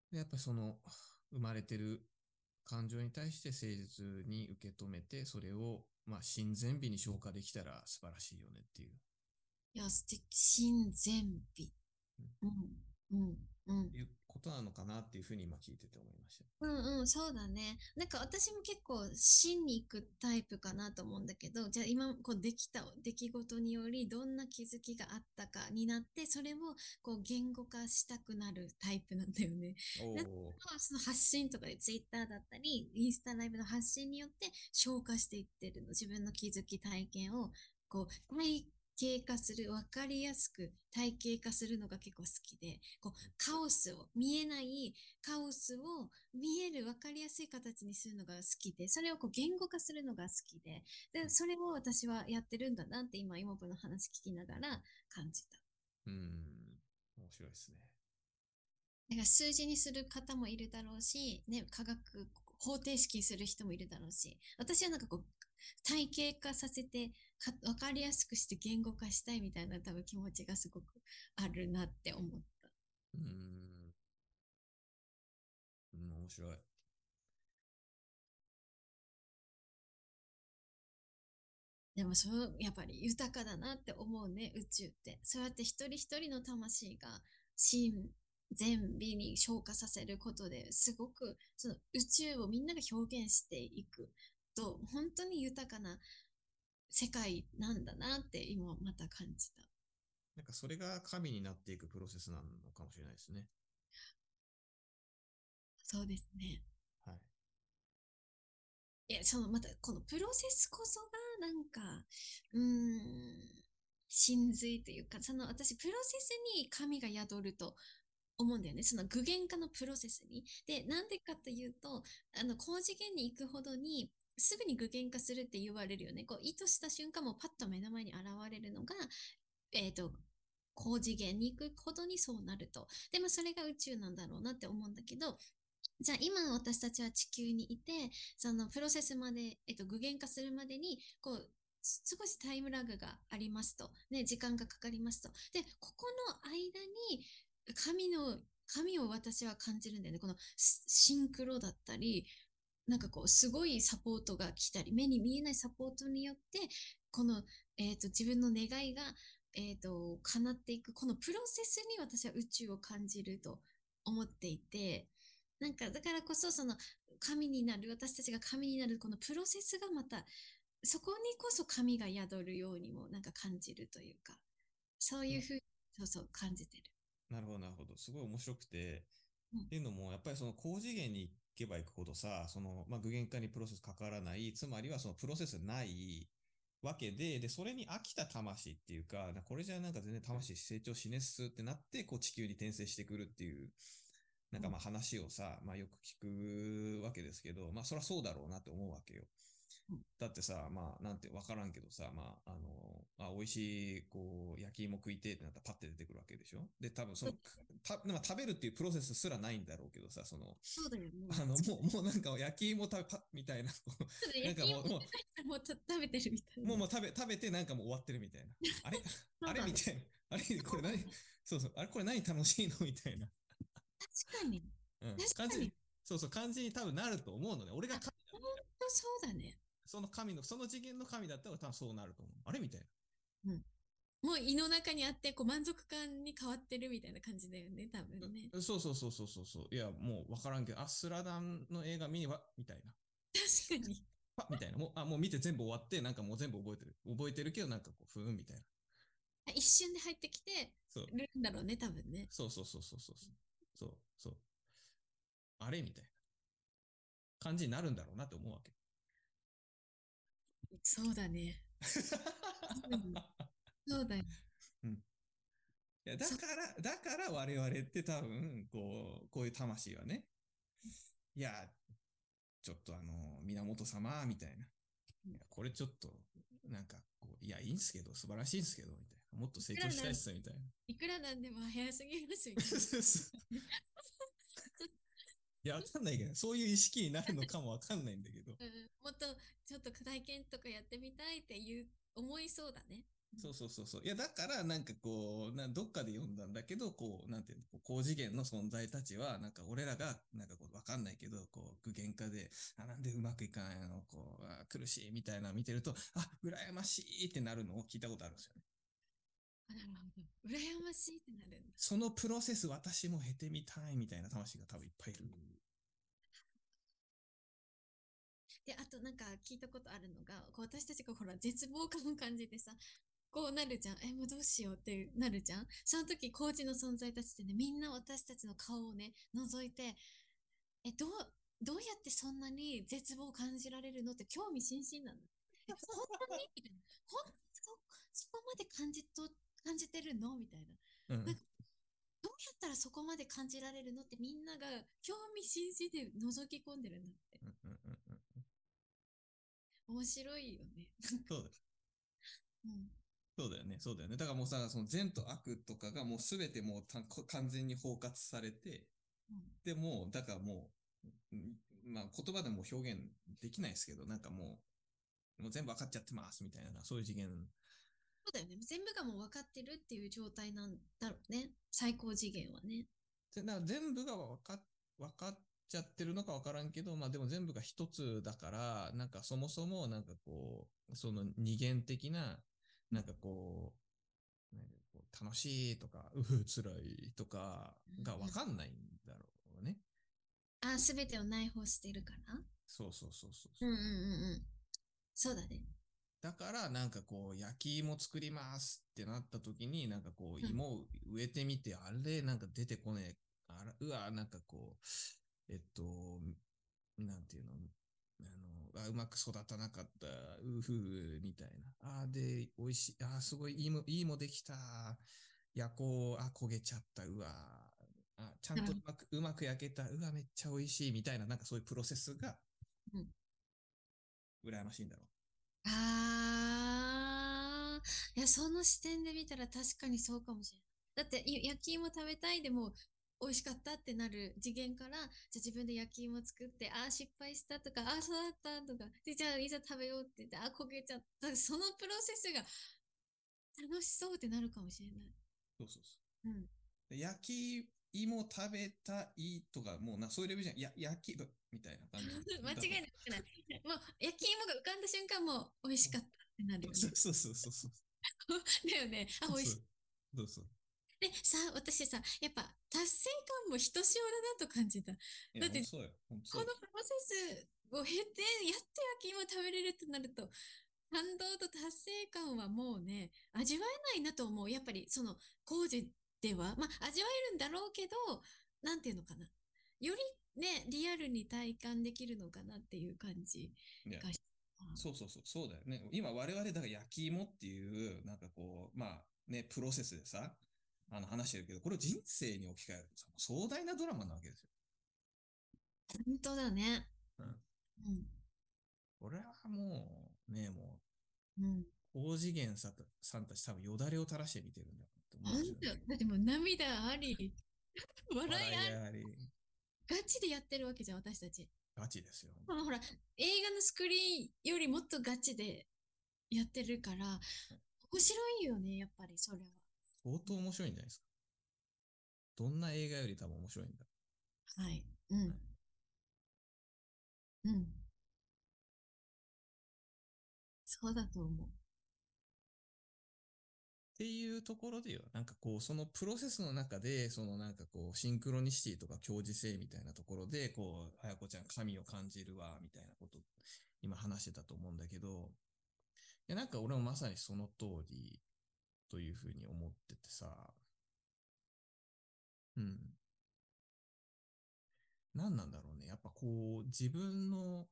S1: でやっぱりその、生まれてる感情に対して誠実に受け止めて、それを、まあ、親善美に消化できたら素晴らしいよねっていう。
S2: いや、素敵、親善美。
S1: うん、
S2: うん、うん、うん。
S1: いうことなのかなっていうふうに今聞いてて思いました。
S2: うんうん、そうだね。なんか私も結構芯に行くタイプかなと思うんだけど、じゃあ今こうできた出来事によりどんな気づきがあったかになって、それをこう言語化したくなるタイプなんだよね。
S1: お
S2: だ
S1: お、
S2: からその発信とかでツイッターだったり、インスタライブの発信によって消化していってるの。自分の気づき体験をこう体系化する、わかりやすく体系化するのが結構好きで、こうカオスを見えないカオスを見える分かりやすい形にするのが好きで、それをこう言語化するのが好きで、で、それを私はやってるんだなって今、イモブの話聞きながら感じた。
S1: うん、面白いですね。
S2: だから数字にする方もいるだろうし、ね、科学方程式にする人もいるだろうし、私はなんかこう、体系化させて分かりやすくして言語化したいみたいな多分気持ちがすごくあるなって思った。
S1: うん、うん、面白い。
S2: でもそう、やっぱり豊かだなって思うね、宇宙って。そうやって一人一人の魂が真善美に昇華させることですごくその宇宙をみんなが表現していくと本当に豊かな世界なんだなって今また感じた。
S1: なんかそれが神になっていくプロセスなのかもしれないですね。
S2: そうですね。
S1: はい。
S2: いや、そのまたこのプロセスこそがなんか、うーん、真髄というか、その私プロセスに神が宿ると思うんだよね。その具現化のプロセスに。で、なんでかというと、高次元に行くほどに、すぐに具現化するって言われるよね。こう、意図した瞬間もパッと目の前に現れるのが、えっと、高次元に行くほどにそうなると。でもそれが宇宙なんだろうなって思うんだけど、じゃあ今私たちは地球にいて、そのプロセスまで、具現化するまでに、こう、少しタイムラグがありますと。ね、時間がかかりますと。で、ここの間に、神の、神を私は感じるんだよね。このシンクロだったり、なんかこう、すごいサポートが来たり、目に見えないサポートによって、この、自分の願いが、叶っていく、このプロセスに私は宇宙を感じると思っていて、なんか、だからこそ、その、神になる、私たちが神になる、このプロセスがまた、そこにこそ神が宿るようにも、なんか感じるというか、そういうふうに、そうそう感じてる。
S1: なるほど、なるほど。すごい面白くて、
S2: うん、
S1: っていうのも、やっぱりその高次元に行けば行くほどさ、その、まあ、具現化にプロセスかからない、つまりはそのプロセスないわけで、で、それに飽きた魂っていうか、これじゃなんか全然魂成長しねっすってなって、こう地球に転生してくるっていう、なん
S2: うん、
S1: かまあ話をさ、まあよく聞くわけですけど、まあそりゃそうだろうなって思うわけよ。
S2: うん。
S1: だってさ、まあ、なんてわからんけどさ、まあ、美味しい、こう、焼き芋食いてってなったらパッて出てくるわけでしょ。で、多分その、まあ、食べるっていうプロセスすらないんだろうけどさ、その、
S2: そうだよね。
S1: もうなんか焼き芋食べ、パッみたいな、こ
S2: そうだ
S1: う、なんか
S2: 焼き芋もう食べてるみたいな。
S1: 食べてなんかもう終わってるみたいな。あれあ
S2: そうだね。
S1: れみたいな。あれこれ何そうそう。あれこれ何楽しいのみたいな。
S2: 確かに。
S1: うん。
S2: 確かに。
S1: そうそう、感じに多分なると思うのね。俺が
S2: あ、
S1: 神だ
S2: 本当そうだね。
S1: その神の、その次元の神だったら多分そうなると思う。あれみたいな。
S2: うん。もう胃の中にあって、こう満足感に変わってるみたいな感じだよね、多分ね。
S1: そうそうそうそうそうそう。いや、もうわからんけど、あ、スラダンの映画見には、みたいな。
S2: 確かに。
S1: みたいな。もう見て全部終わって、なんかもう全部覚えてる。覚えてるけど、なんかこう、ふーん、みたいな。
S2: 一瞬で入ってきて
S1: そう。
S2: るんだろうね、多分ね。
S1: そうそうそうそうそう。そうそう。あれみたいな感じになるんだろうなって思うわけ。
S2: そうだね。うん、そうだよ。
S1: うん。いや、
S2: そ
S1: だから我々って多分、こういう魂はね、いや、ちょっと源様、みたいな。いや、これちょっと、なんか、こう、いや、いいんすけど、素晴らしいんすけど、みたいな。もっと
S2: い
S1: 成
S2: くらなん、
S1: 長したいっす、みたいな。
S2: いくらなんでも早すぎますみたいな。
S1: いや、わかんないけど、そういう意識になるのかもわかんないんだけど。
S2: うん、もっとちょっと体験とかやってみたいっていう思いそうだね。
S1: そうそうそうそう。いや、だから、なんかこう、どっかで読んだんだけど、こう、なんていうの、こう高次元の存在たちは、なんか俺らが、なんかこう、わかんないけど、こう、具現化で、なんでうまくいかないの、こう、苦しいみたいなの見てると、羨ましいってなるのを聞いたことあるんですよね。
S2: あ、なるほど。羨ましいってなるんだ。
S1: そのプロセス私も経てみたいみたいな魂が多分いっぱいいる。
S2: で、あとなんか聞いたことあるのが、こう私たちがほら絶望感を感じてさ、こうなるじゃん。もうどうしようってなるじゃん。その時、コーチの存在たちってね、みんな私たちの顔をね、覗いて、え、どうやってそんなに絶望を感じられるのって興味津々なの。本当にみたいな。本当にそこまで感じてるのみたいな。
S1: うん。
S2: なんかどうやったらそこまで感じられるのってみんなが興味津々で覗き込んでるんだって。
S1: うんうんうんうん。
S2: 面白いよね。
S1: そうだよ。
S2: うん。
S1: そうだよね。そうだよね。だからもうさ、その善と悪とかがもうすべてもう完全に包括されて、
S2: うん。
S1: でもう、だからもう、まあ言葉でも表現できないですけど、なんかもう全部分かっちゃってますみたいな、そういう次元。
S2: そうだよね。全部がもう分かってるっていう状態なんだろうね。最高次元はね。
S1: だから全部が分かっちゃってるのか分からんけど、まあでも全部が一つだから、なんかそもそもなんかこう、その二元的な、なんかこう、楽しいとか、辛いとかが
S2: うんうん。
S1: 分かんないんだろうね。
S2: あ、すべてを内包してるから。
S1: そうそうそうそう。
S2: うんうんうんうん。そうだね。
S1: だから、なんかこう、焼き芋作りますってなった時に、なんかこう、
S2: うん。
S1: 芋を植えてみて、あれ、なんか出てこねえ。うわ、なんかこう、なんていうの、うまく育たなかった、みたいな。で、美味しい。すごい、いいもできた。焼こう、焦げちゃった。うわ。ちゃんと
S2: なるほ
S1: うまく焼けた。うわ、めっちゃ美味しい。みたいな、なんかそういうプロセスが
S2: ど。うん。
S1: 羨ましいんだろ
S2: あいや、その視点で見たら確かにそうかもしれない。だって、焼き芋食べたいでも、美味しかったってなる次元から、じゃあ自分で焼き芋作って、失敗したとか、そうだったとか、で、じゃあいざ食べようって言って、焦げちゃった。そのプロセスが楽しそうってなるかもしれない。
S1: う。そうそうそう。
S2: うん。
S1: 焼き芋食べたいとか、もうそういうレベルじゃん。焼き、みたいな感じ
S2: 間違
S1: だと思
S2: いない。もう、焼き芋が浮かんだ瞬間、もう美味しかったってなる
S1: う。
S2: よね。
S1: そうそうそうそうそう。
S2: だよね。美味しい。
S1: そうそうそう。
S2: で、私さ、やっぱ達成感もひとしおだなと感じた。
S1: いや、
S2: だって、
S1: ほんとそうよ。ほんとそうよ。
S2: このプロセスを経て、やっと焼き芋食べれるとなると、感動と達成感はもうね、味わえないなと思う。やっぱり、その工事では、まあ、味わえるんだろうけど、なんていうのかな。よりね、リアルに体感できるのかなっていう感じ
S1: いや、
S2: がした。
S1: そうそうそう、そうだよね。今我々だから焼き芋っていう、なんかこう、まあね、プロセスでさ、話してるけど、これを人生に置き換えるとさ、壮大なドラマなわけですよ。
S2: 本当だね。
S1: うん。
S2: うん。
S1: これはもう、ね、も
S2: うん。
S1: う、高次元さんたち多分よだれを垂らして見てるんだと思うん
S2: 本
S1: ですよね。
S2: 当だってもう涙あり、笑い
S1: 笑い
S2: あり、
S1: あり、
S2: ガチでやってるわけじゃん、私たち。
S1: ガチですよ。
S2: ほら、映画のスクリーンよりもっとガチでやってるから、面白いよね、やっぱりそれは。
S1: 相当面白いんじゃないですか。どんな映画より多分面白いんだ。
S2: はい。うん。
S1: はい、
S2: うん。そうだと思う。
S1: っていうところでよ、なんかこう、そのプロセスの中で、そのなんかこう、シンクロニシティとか共時性みたいなところで、こう、あやこちゃん神を感じるわ、みたいなこと、今話してたと思うんだけど、いやなんか俺もまさにその通りというふうに思っててさ、うん。何なんだろうね。やっぱこう、自分の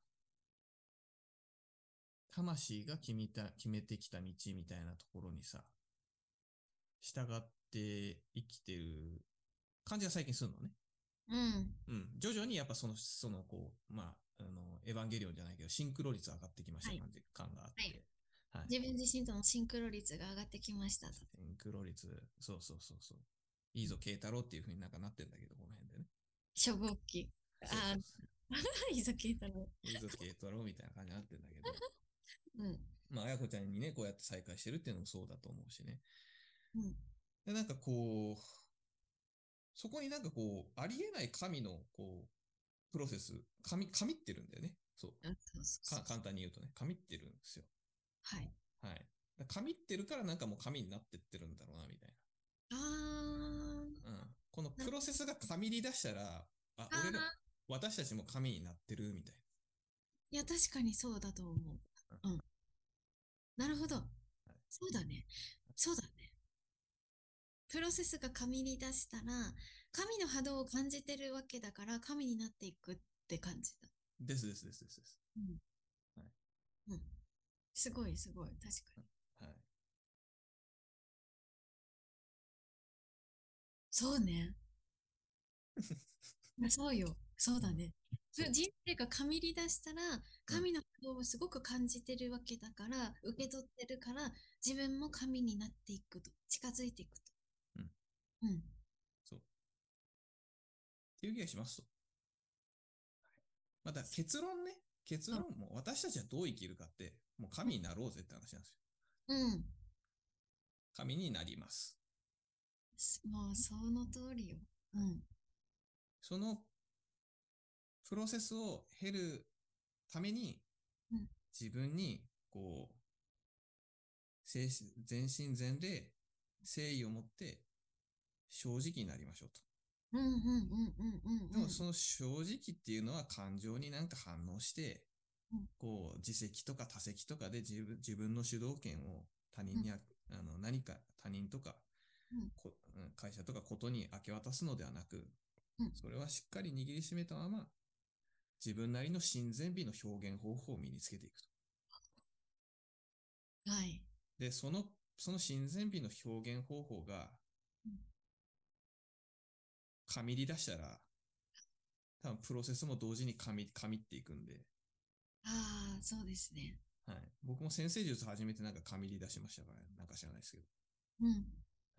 S1: 魂が決めてきた道みたいなところにさ、従って生きてる感じが最近するのね。
S2: うん。
S1: うん。徐々にやっぱこう、エヴァンゲリオンじゃないけど、シンクロ率上がってきまし
S2: はい。
S1: た感があっ
S2: はい。
S1: て。はい。
S2: 自分自身とのシンクロ率が上がってきましたと。
S1: シンクロ率、そうそうそうそう。いいぞ、慶太郎っていう風になんかなってんだけど、この辺でね。
S2: 初号機。
S1: そうそうそ
S2: 居酒屋太郎。
S1: う。いいぞ、慶太郎みたいな感じになってんだけど。
S2: うん。
S1: まあ、あやこちゃんにね、こうやって再会してるっていうのもそうだと思うしね。
S2: うん。
S1: で、なんかこう、そこになんかこう、ありえない神の、こう、プロセス、神ってるんだよね。そう。
S2: あ、そうそうそうそう。
S1: 簡単に言うとね、神ってるんですよ。
S2: はい。
S1: はい。神ってるからなんかもう神になってってるんだろうな、みたい
S2: あ
S1: な。うん。この
S2: ー、な、
S1: プロセスが神り出したら、あ、
S2: あー、
S1: 私たちも神になってる、みたい
S2: いや、確かにそうだと思う。
S1: な。
S2: うん。なるほど。
S1: はい。
S2: そうだね。そうだね。プロセスが神に出したら、神の波動を感じてるわけだから、神になっていくって感じだ。
S1: です。
S2: うん。
S1: はい。
S2: うん。すごい、すごい。確かに。
S1: はい。
S2: そうね。そうよ。そう
S1: うん。
S2: だね。
S1: そう。
S2: 人生が神り出したら、
S1: うん。
S2: 神の波動をすごく感じてるわけだから、受け取ってるから、自分も神になっていくと、近づいていくと。
S1: うん。
S2: うん。
S1: そう。っていう気がしますと。また結論ね。結
S2: うん。
S1: 論も私たちはどう生きるかって、もう神になろうぜって話なんですよ。
S2: うん。
S1: 神になります。
S2: もう、その通りよ。う
S1: はい、
S2: ん。
S1: そのプロセスを経るために、
S2: うん。
S1: 自分に、こう、全身全霊、誠意を持って正直になりましょうと。
S2: うん。うん。うん。うん。
S1: でも
S2: うん。
S1: その正直っていうのは感情になんか反応して、
S2: うん。
S1: こう、自責とか他責とかで自分の主導権を他
S2: うん。
S1: 人に何か他人とか
S2: うん。
S1: 会社とかことに明け渡すのではなく、
S2: うん。
S1: それはしっかり握りしめたまま、自分なりの親善美の表現方法を身につけていくと。
S2: はい。
S1: で、その親善美の表現方法が
S2: うん。
S1: 神り出したら、多分プロセスも同時に神っていくんで、
S2: ああ、そうですね。
S1: はい。僕も先生術始めてなんか神り出しましたから、なんか知らないですけど。
S2: うん。
S1: はい。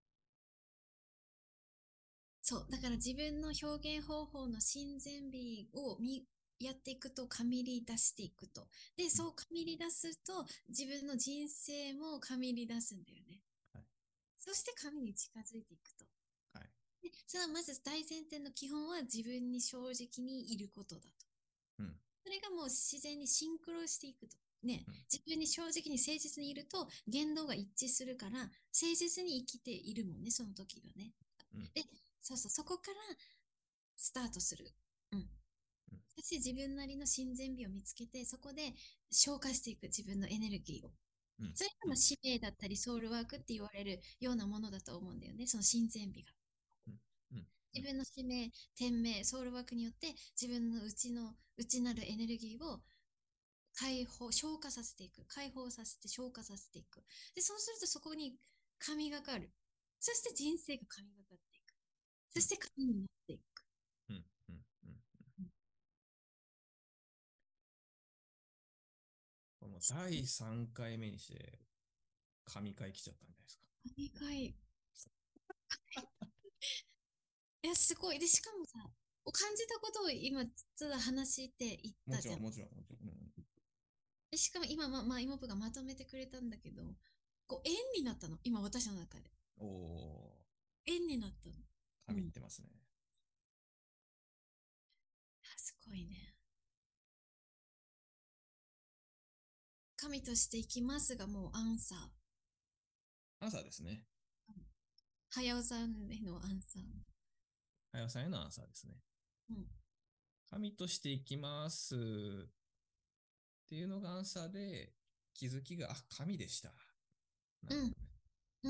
S2: そう。だから自分の表現方法の親善美をやっていくと、神り出していくと。で、
S1: うん。
S2: そう神り出すと、自分の人生も神り出すんだよね。
S1: はい。
S2: そして神に近づいていくと。
S1: はい。
S2: で、そのまず大前提の基本は自分に正直にいることだと。
S1: うん。
S2: それがもう自然にシンクロしていくと。ね、
S1: うん。
S2: 自分に正直に誠実にいると言動が一致するから、誠実に生きているもんね、その時はね。
S1: うん。
S2: で、そうそう、そこからスタートする。うん。
S1: うん。
S2: そして自分なりの親善美を見つけて、そこで消化していく自分のエネルギーを。
S1: うん。
S2: それが
S1: うん。
S2: まあ使命だったりソウルワークって言われるようなものだと思うんだよね、その親善美が。
S1: うん。うん。うん。
S2: 自分の使命、天命、ソウルワークによって自分の内なるエネルギーを消化させていく。解放させて消化させていく。で、そうするとそこに神がかる。そして人生が神がかっていく。そして神になっていく。
S1: うん。うん。うん。この第3回目にして、神回来ちゃったんじゃないですか。
S2: 神がい。いや、すごい。で、しかもさ、感じたことを今、ちょっと話していったじゃん。
S1: もちろん。うん。
S2: で、しかも今、妹がまとめてくれたんだけど、こう、縁になったの。今、私の中で。
S1: おー、
S2: 縁になったの。う
S1: 神っ
S2: ん。
S1: てますね。
S2: あ、すごいね。神として生きますが、もうアンサー。
S1: アンサーですね。
S2: はやおさんへのアンサー。
S1: はやさんへのアンサーですね。
S2: うん。
S1: 神としていきますっていうのがアンサーで、気づきが、あ、神でした。な
S2: うん。
S1: るほどね。
S2: うん。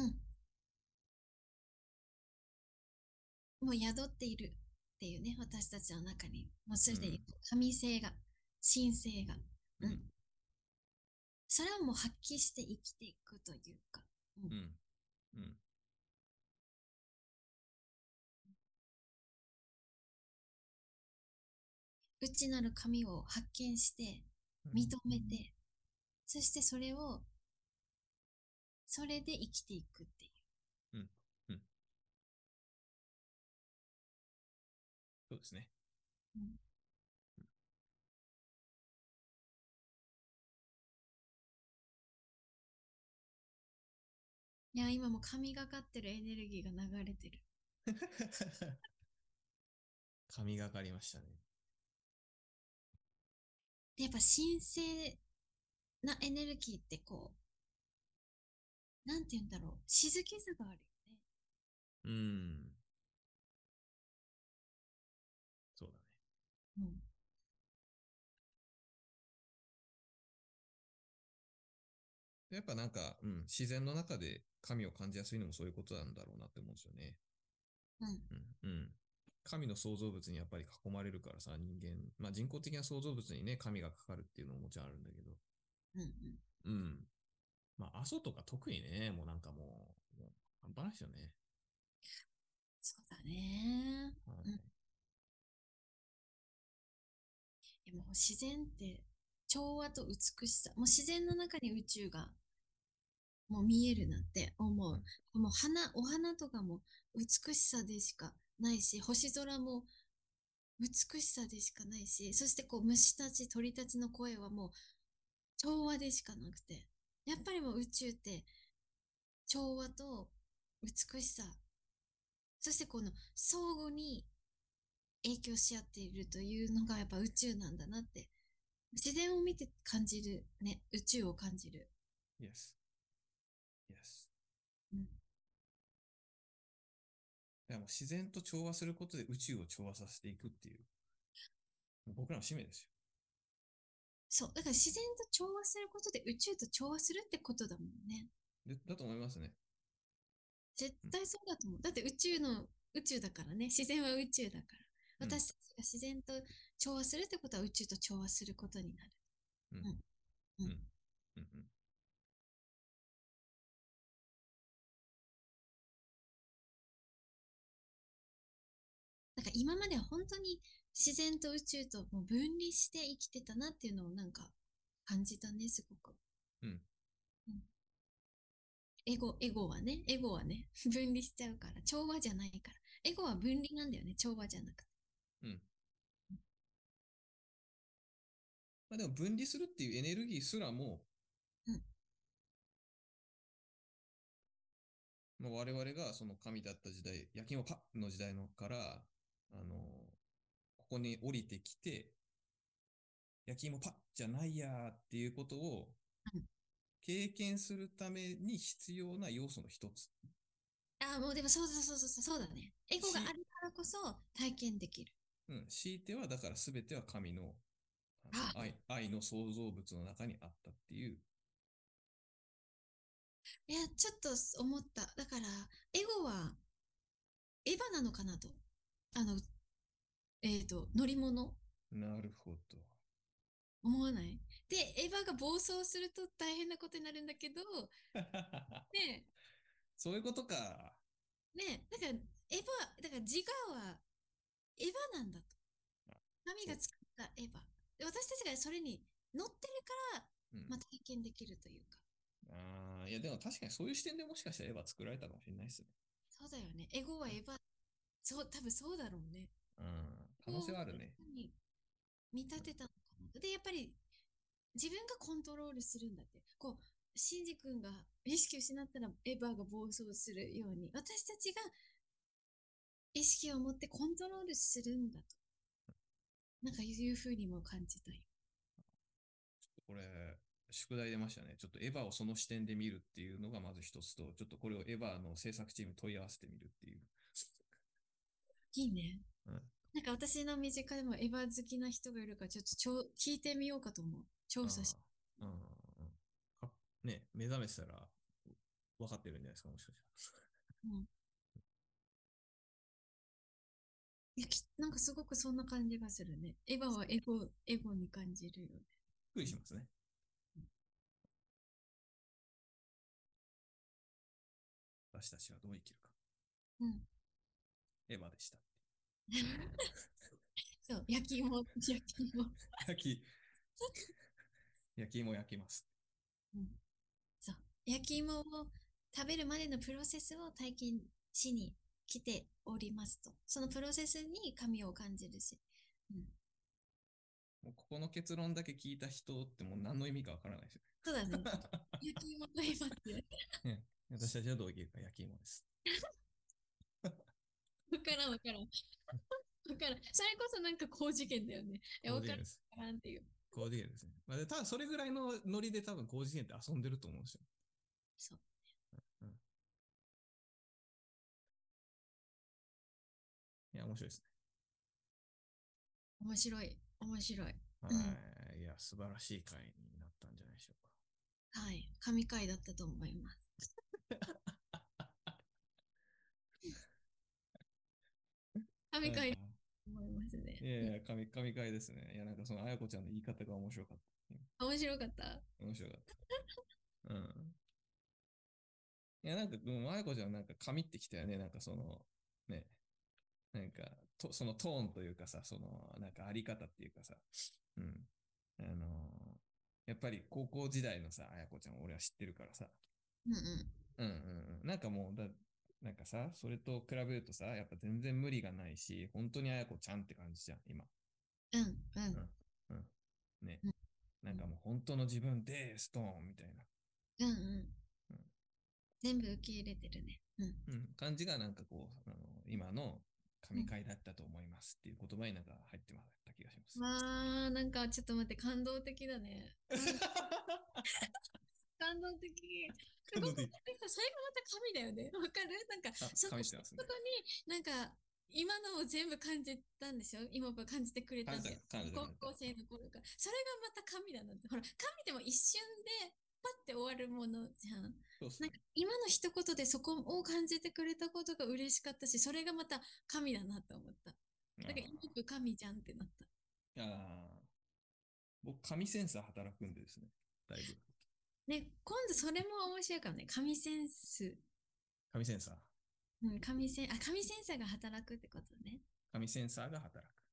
S2: もう宿っているっていうね、私たちの中に。もうすでに
S1: うん。
S2: 神性が、神性が。
S1: うん。
S2: うん。それをもう発揮して生きていくというか。うん。
S1: うん。うん。
S2: 内なる神を発見して、
S1: うん。
S2: 認めて、そしてそれで生きていくっていう。
S1: うん。うん。そうですね。
S2: うんいや、今もう神がかってるエネルギーが流れてる。
S1: 神がかりましたね。
S2: で、やっぱ神聖なエネルギーってこう、なんて言うんだろう。静けさがあるよね。
S1: うん。そうだね。
S2: うん。
S1: やっぱなんか、うん、自然の中で神を感じやすいのもそういうことなんだろうなって思うんですよね。
S2: うん。
S1: うん。うん。神の創造物にやっぱり囲まれるからさ、人間、まあ人工的な創造物にね、神がかかるっていうのももちろんあるんだけど、
S2: うん。うん。
S1: うん。まあ、阿蘇とか特にね、もうなんかもう半端ないですよね。
S2: そうだね。
S1: はい。
S2: うん。でも自然って調和と美しさ。もう自然の中に宇宙がもう見えるなって思う。
S1: うん。
S2: もうお花とかも美しさでしかないし、星空も美しさでしかないし、そしてこう虫たち、鳥たちの声はもう調和でしかなくて、やっぱりもう宇宙って調和と美しさ、そしてこの相互に影響し合っているというのがやっぱ宇宙なんだなって、自然を見て感じるね、宇宙を感じる。
S1: Yes. Yes.
S2: うん、
S1: だからもう自然と調和することで宇宙を調和させていくっていう、僕らの使命ですよ。
S2: そう、だから自然と調和することで宇宙と調和するってことだもんね。
S1: で、だと思いますね。
S2: 絶
S1: うん。
S2: 対そうだと思う。だって宇宙だからね。自然は宇宙だから。
S1: うん。
S2: 私たちが自然と調和するってことは宇宙と調和することになる。
S1: うん。
S2: うん。う
S1: うん。
S2: ん。
S1: うん。うん。
S2: なんか今までは本当に自然と宇宙ともう分離して生きてたなっていうのをなんか感じたね、すごく。
S1: うん。
S2: うん、エゴはね、分離しちゃうから、調和じゃないから。エゴは分離なんだよね、調和じゃなくて。
S1: うん。まあでも分離するっていうエネルギーすらも、
S2: うん。
S1: まあ、我々がその神だった時代、焼き芋パッの時代のから、ここに降りてきて、焼き芋パッじゃないやーっていうことを
S2: うん、
S1: 経験するために必要な要素の一つ。
S2: ああ、もうでもそうだね。エゴがあ
S1: し、
S2: るからこそ体験できる。
S1: うん、強いては、だから全ては神の、
S2: あ、
S1: 愛の創造物の中にあったっていう。
S2: いや、ちょっと思った。だから、エゴはエヴァなのかなと。あの、乗り物
S1: なるほど。
S2: 思わないで、エヴァが暴走すると大変なことになるんだけど、ね
S1: そういうことか。
S2: だから、だから自我はエヴァなんだと。
S1: あ、
S2: 神
S1: そう。
S2: が作ったエヴァ。で、私たちがそれに乗ってるから、
S1: うん。
S2: まあ、体験できるというか。
S1: いや、でも確かにそういう視点でもしかしたらエヴァ作られたかもしれないですね。
S2: そうだよね。エゴはエヴァ。そう、多分そうだろうね。
S1: うん。可能
S2: こう、
S1: 性はあるね。
S2: に見立てたのかな。で、やっぱり自分がコントロールするんだって。こう、シンジ君が意識を失ったらエヴァが暴走するように、私たちが意識を持ってコントロールするんだと。なんかいうふうにも感じたよ。
S1: これ、宿題出ましたね。ちょっとエヴァをその視点で見るっていうのがまず一つと、ちょっとこれをエヴァの制作チームに問い合わせてみるっていう。
S2: いいね。
S1: うん。
S2: なんか私の身近でもエヴァ好きな人がいるから、ちょっと聞いてみようかと思う。調査し
S1: あ
S2: て。
S1: あ、うん。かね、目覚めてたら分かってるんじゃないですか、もしかしたら。
S2: うん。いや、なんかすごくそんな感じがするね。エヴァはエゴに感じるよね。
S1: びっくりしますね。私たちはどう生きるか。
S2: うん。
S1: エヴァでした。
S2: そう、焼き芋。
S1: 焼き、焼き芋焼きます。
S2: うん。そう。焼き芋を食べるまでのプロセスを体験しに来ておりますと。そのプロセスに神を感じるし。うん。
S1: もうここの結論だけ聞いた人ってもう何の意味かわからないですよ
S2: そうだね。焼き芋とエヴァって。
S1: ね。 私たちはどういうか焼き芋です。
S2: わからんわからん。わからん。それこそなんか高次元だよね。わからんわ
S1: 高次元です。
S2: からんっていう。
S1: 高次元ですね。まあ、でただそれぐらいのノリで多分高次元って遊んでると思うんですよ。
S2: そう。
S1: うん。いや、面白いですね。
S2: 面白い。面白い。うん。
S1: はい。いや、素晴らしい回になったんじゃないでしょうか。
S2: はい。神回だったと思います。神回だ
S1: なんか、
S2: と思いますね。うん。
S1: いやいや、神回ですね。いや、なんかその、あやこちゃんの言い方が面白かった。
S2: 面白かった。
S1: 面白かった。うん。いや、なんか、あやこちゃんなんか神ってきたよね。なんかその、ね、なんか、そのトーンというかさ、その、なんかあり方っていうかさ、うん。あのーやっぱり高校時代のさ、あやこちゃん俺は知ってるからさ、
S2: うんうん。
S1: うんうんうん。なんかもう、なんかさ、それと比べるとさ、やっぱ全然無理がないし、本当にあやこちゃんって感じじゃん、今。
S2: うんうん。
S1: うん。うん。ね。
S2: うん
S1: なんかもう本当の自分でストーンみたいな。
S2: うんうん。
S1: うん。
S2: 全部受け入れてるね。うん。
S1: うん、感じがなんかこう、今の
S2: うん
S1: 神回だったと思いますっていう言葉になんか入ってました気がします。
S2: わー、なんかちょっと待って、感動的だね。感動的。すごく、
S1: 感動的。
S2: でさ、それがまた神だよね。わかるなんか、
S1: あ、
S2: その一
S1: 神ってますね。
S2: 言に、なんか、今のを全部感じたんでしょ今も感じてくれたんで。
S1: 感じた、
S2: 高
S1: 感じた。
S2: 校生の頃から。それがまた神だなって。ほら、神でも一瞬で、パッて終わるものじゃん。
S1: そうっすね。
S2: なんか、今の一言でそこを感じてくれたことが嬉しかったし、それがまた神だなと思った。
S1: あ
S2: だから、今部神じゃんってなった。
S1: あ、僕、神センサー働くんでですね。だいぶ。
S2: ね、今度それも面白いかもね。神センス。
S1: 神センサー。
S2: うん、神センサーが働くってことね。
S1: 神センサーが働く。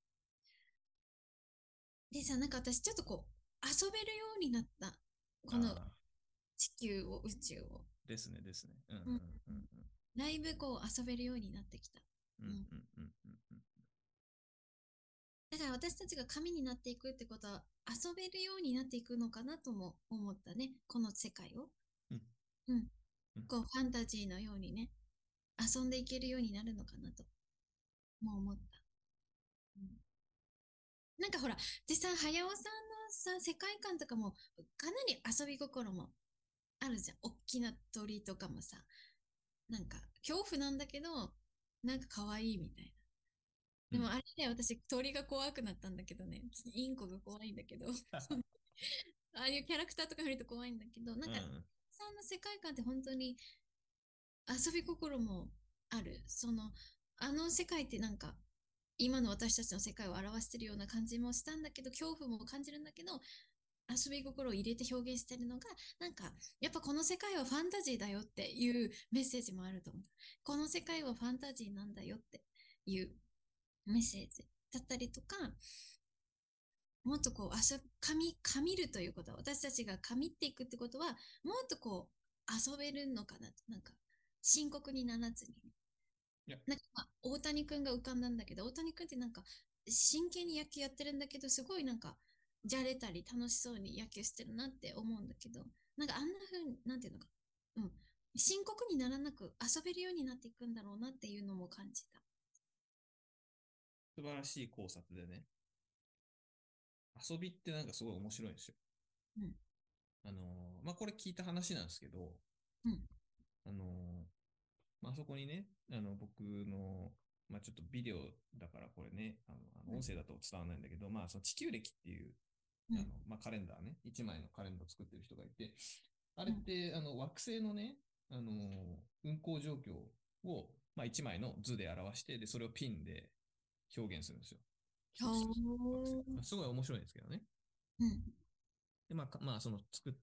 S2: でさ、なんか私ちょっとこう、遊べるようになった。この
S1: ああ、
S2: 地球を、宇宙を。
S1: ですね、ですね。うんうん
S2: うん。
S1: うん
S2: だいぶこう遊べるようになってきた。
S1: うん。うん
S2: うん。
S1: うんうんうんうん。
S2: だから私たちが神になっていくってことは、遊べるようになっていくのかなとも思ったね。この世界を。
S1: うん
S2: うん。
S1: うん。
S2: こう、ファンタジーのようにね、遊んでいけるようになるのかなとも思った。うん。なんかほら、実際、早尾さんのさ、世界観とかも、かなり遊び心もあるじゃん。大きな鳥とかもさ、なんか、恐怖なんだけど、なんか可愛いみたいな。
S1: うん。
S2: でもあれで私、鳥が怖くなったんだけどね。インコが怖いんだけど。ああいうキャラクターとか見ると怖いんだけど、なんか、
S1: うん。
S2: さんの世界観って本当に遊び心もある。あの世界ってなんか、今の私たちの世界を表してるような感じもしたんだけど、恐怖も感じるんだけど、遊び心を入れて表現してるのが、なんか、やっぱこの世界はファンタジーだよっていうメッセージもあると思う。この世界はファンタジーなんだよっていうメッセージだったりとか、もっとこう、神るということは、私たちが神っていくってことは、もっとこう、遊べるのかなと。なんか、深刻にならずに。
S1: いや、
S2: なんか、まあ、大谷くんが浮かんだんだけど、大谷くんってなんか、真剣に野球やってるんだけど、すごいなんか、じゃれたり楽しそうに野球してるなって思うんだけど、なんかあんな風に、なんていうのか、うん、深刻にならなく遊べるようになっていくんだろうなっていうのも感じた。
S1: 素晴らしい考察でね。遊びってなんかすごい面白いんですよ。
S2: うん、
S1: まあ、これ聞いた話なんですけど、
S2: うん、
S1: あのまあそこにね、僕の、まあちょっとビデオだからこれね、
S2: うん、
S1: 音声だと伝わらないんだけど、まあその地球暦っていう、
S2: うん、
S1: まあカレンダーね、1枚のカレンダーを作ってる人がいて、あ
S2: うん。
S1: れって、惑星のね、運行状況を、まあ1枚の図で表して、で、それをピンで表現するんですよ。
S2: ほ
S1: 一つ一つ惑星。
S2: ー。
S1: まあ、すごい面白いんですけどね。
S2: うん、
S1: で、まあ、その作った、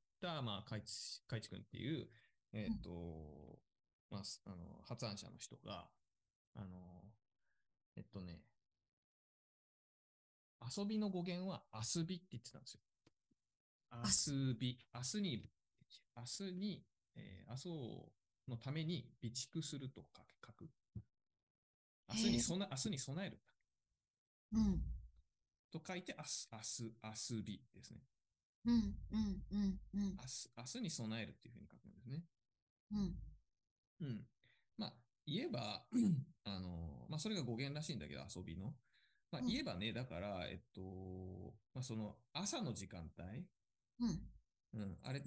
S1: まあ、海地君っていう、
S2: うん。
S1: まあ、発案者の人が、あの、えっとね、遊びの語源は遊びって言ってたんですよ。
S2: あ、
S1: 遊び。明日に、明日のために備蓄すると書く。
S2: へえ。
S1: 明日に備える
S2: うん、
S1: と書いて、遊びですね。
S2: うん、うん、うん、うん、
S1: 明日に備えるっていうふうに書くんですね。
S2: うん。
S1: うん。まあ、言えば、まあ、それが語源らしいんだけど、遊びの。まあ、
S2: うん、
S1: 言えばね、だから、まあ、その朝の時間帯、
S2: うん、
S1: うん、あれって、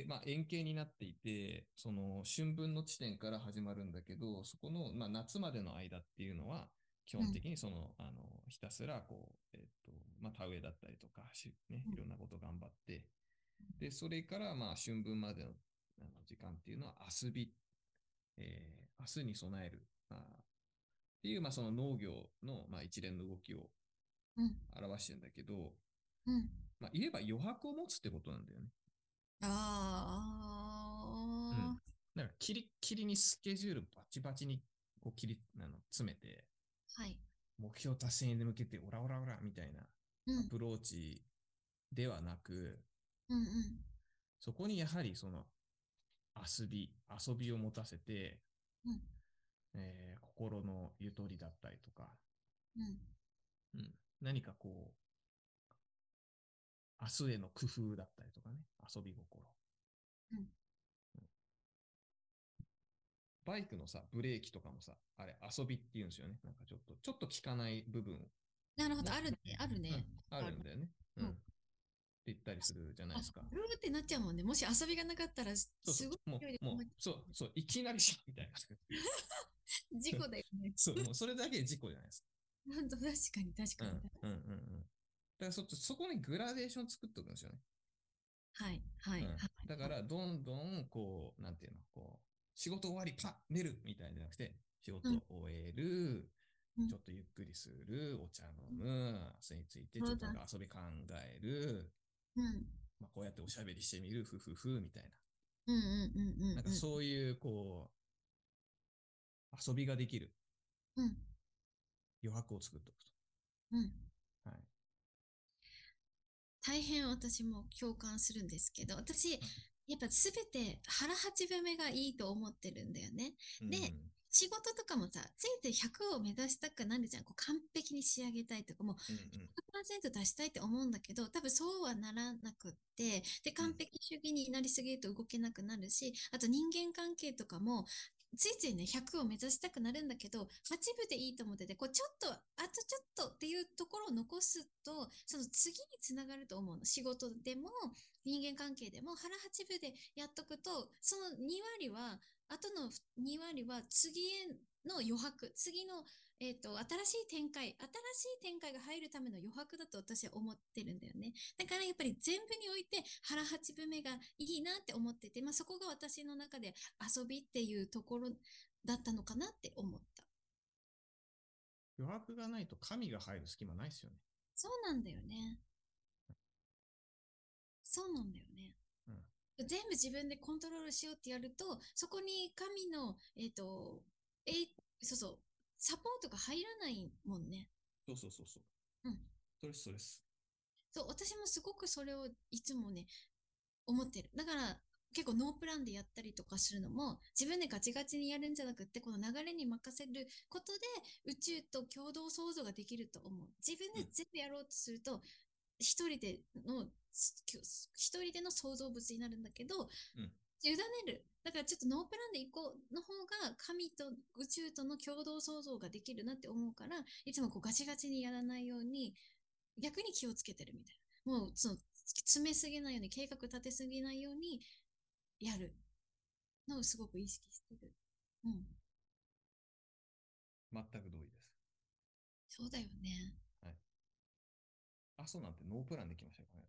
S1: まあ、円形になっていて、その春分の地点から始まるんだけど、そこの、まあ、夏までの間っていうのは、基
S2: うん、
S1: 本的にひたすら、まあ、田植えだったりとか、ね、
S2: うん、
S1: いろんなこと頑張って、で、それから、まあ、春分までの時間っていうのは、遊び、明日に備える、まあ、っていう、まあ、その農業の、まあ、一連の動きを
S2: うん、
S1: 表してるんだけど、
S2: うん。
S1: まあ、言えば余白を持つってことなんだよね。うん。
S2: ああ、
S1: だから、キリッキリにスケジュールバチバチにこう詰めて、
S2: はい。
S1: 目標達成に向けてオラオラオラみたいな
S2: うん、
S1: アプローチではなく、
S2: うん、うん、
S1: そこにやはりその遊びを持たせて、
S2: うん、
S1: 心のゆとりだったりとか、
S2: うん、
S1: うん、何かこう、明日への工夫だったりとかね、遊び心。
S2: うん。
S1: バイクのさ、ブレーキとかもさ、あれ遊びって言うんですよね。なんかちょっと効かない部分
S2: なるほど、
S1: も、
S2: あるね、あるね。
S1: あ
S2: ある。
S1: るんだよね。うん。
S2: うん。
S1: って言ったりするじゃない
S2: あ、
S1: ですか。
S2: ブーってなっちゃうもんね。もし遊びがなかったら、
S1: そうそ
S2: すごい
S1: う、
S2: 勢いで止まっちゃ
S1: そう、いきなりしみたいな。
S2: う。事故だよね。
S1: そう、もうそれだけで事故じゃないですか。
S2: 本当、確かに、確かに。
S1: うん、うん、うん、うん。だからそこにグラデーション作っておくんですよね。
S2: はい、はい、
S1: うん。
S2: はい、はい。
S1: だから、どんどん、こう、なんていうの、こう、仕事終わり、パッ、寝るみたいじゃなくて、仕
S2: うん、
S1: 事終える、
S2: うん。
S1: ちょっとゆっくりする、お茶飲む、明日についてちょっとなん
S2: そうだ。
S1: か遊び考える、
S2: うん、
S1: まあ、こうやっておしゃべりしてみる、ふふふ、みたいな。
S2: うん、うん、うん、うん、
S1: なんか
S2: うん。
S1: そういう、こう、遊びができる
S2: うん、
S1: 余白を作っておくと。
S2: うん。
S1: はい。
S2: 大変私も共感するんですけど、私、やっぱすべて腹八分目がいいと思ってるんだよね。で、
S1: うん。
S2: 仕事とかもさ、ついて100を目指したくなるじゃん。こう完璧に仕上げたいとか、もう
S1: うん。
S2: 100%出したいって思うんだけど、多分そうはならなくって、で、
S1: うん。
S2: 完璧主義になりすぎると動けなくなるし、あと人間関係とかも、ついついね、100を目指したくなるんだけど、8分でいいと思ってて、こう、ちょっと、あとちょっとっていうところを残すと、その次につながると思うの。仕事でも、人間関係でも、腹八分でやっとくと、その2割は、あとの2割は次への余白、次の、新しい展開、新しい展開が入るための余白だと私は思ってるんだよね。だからやっぱり全部において腹八分目がいいなって思ってて、まあ、そこが私の中で遊びっていうところだったのかなって思った。
S1: 余白がないと神が入る隙間ないですよね。
S2: そうなんだよね。そうなんだよね。
S1: うん。
S2: 全部自分でコントロールしようってやると、そこに神の、えーそうそう、サポートが入らないもんね。
S1: そうそうそうそう。
S2: うん。
S1: それです。
S2: そう、私もすごくそれをいつもね、思ってる。だから、結構ノープランでやったりとかするのも、自分でガチガチにやるんじゃなくって、この流れに任せることで、宇宙と共同創造ができると思う。自分
S1: うん。
S2: で全部やろうとすると、一人での、一人での創造物になるんだけど、
S1: うん。
S2: 委ねる。だからちょっとノープランで行こうの方が神と宇宙との共同創造ができるなって思うから、いつもこうガチガチにやらないように、逆に気をつけてるみたいな。もうその詰めすぎないように、計画立てすぎないようにやるのをすごく意識してる。うん。
S1: 全く同意です。
S2: そうだよね。
S1: はい。阿蘇なんてノープランできましたからね。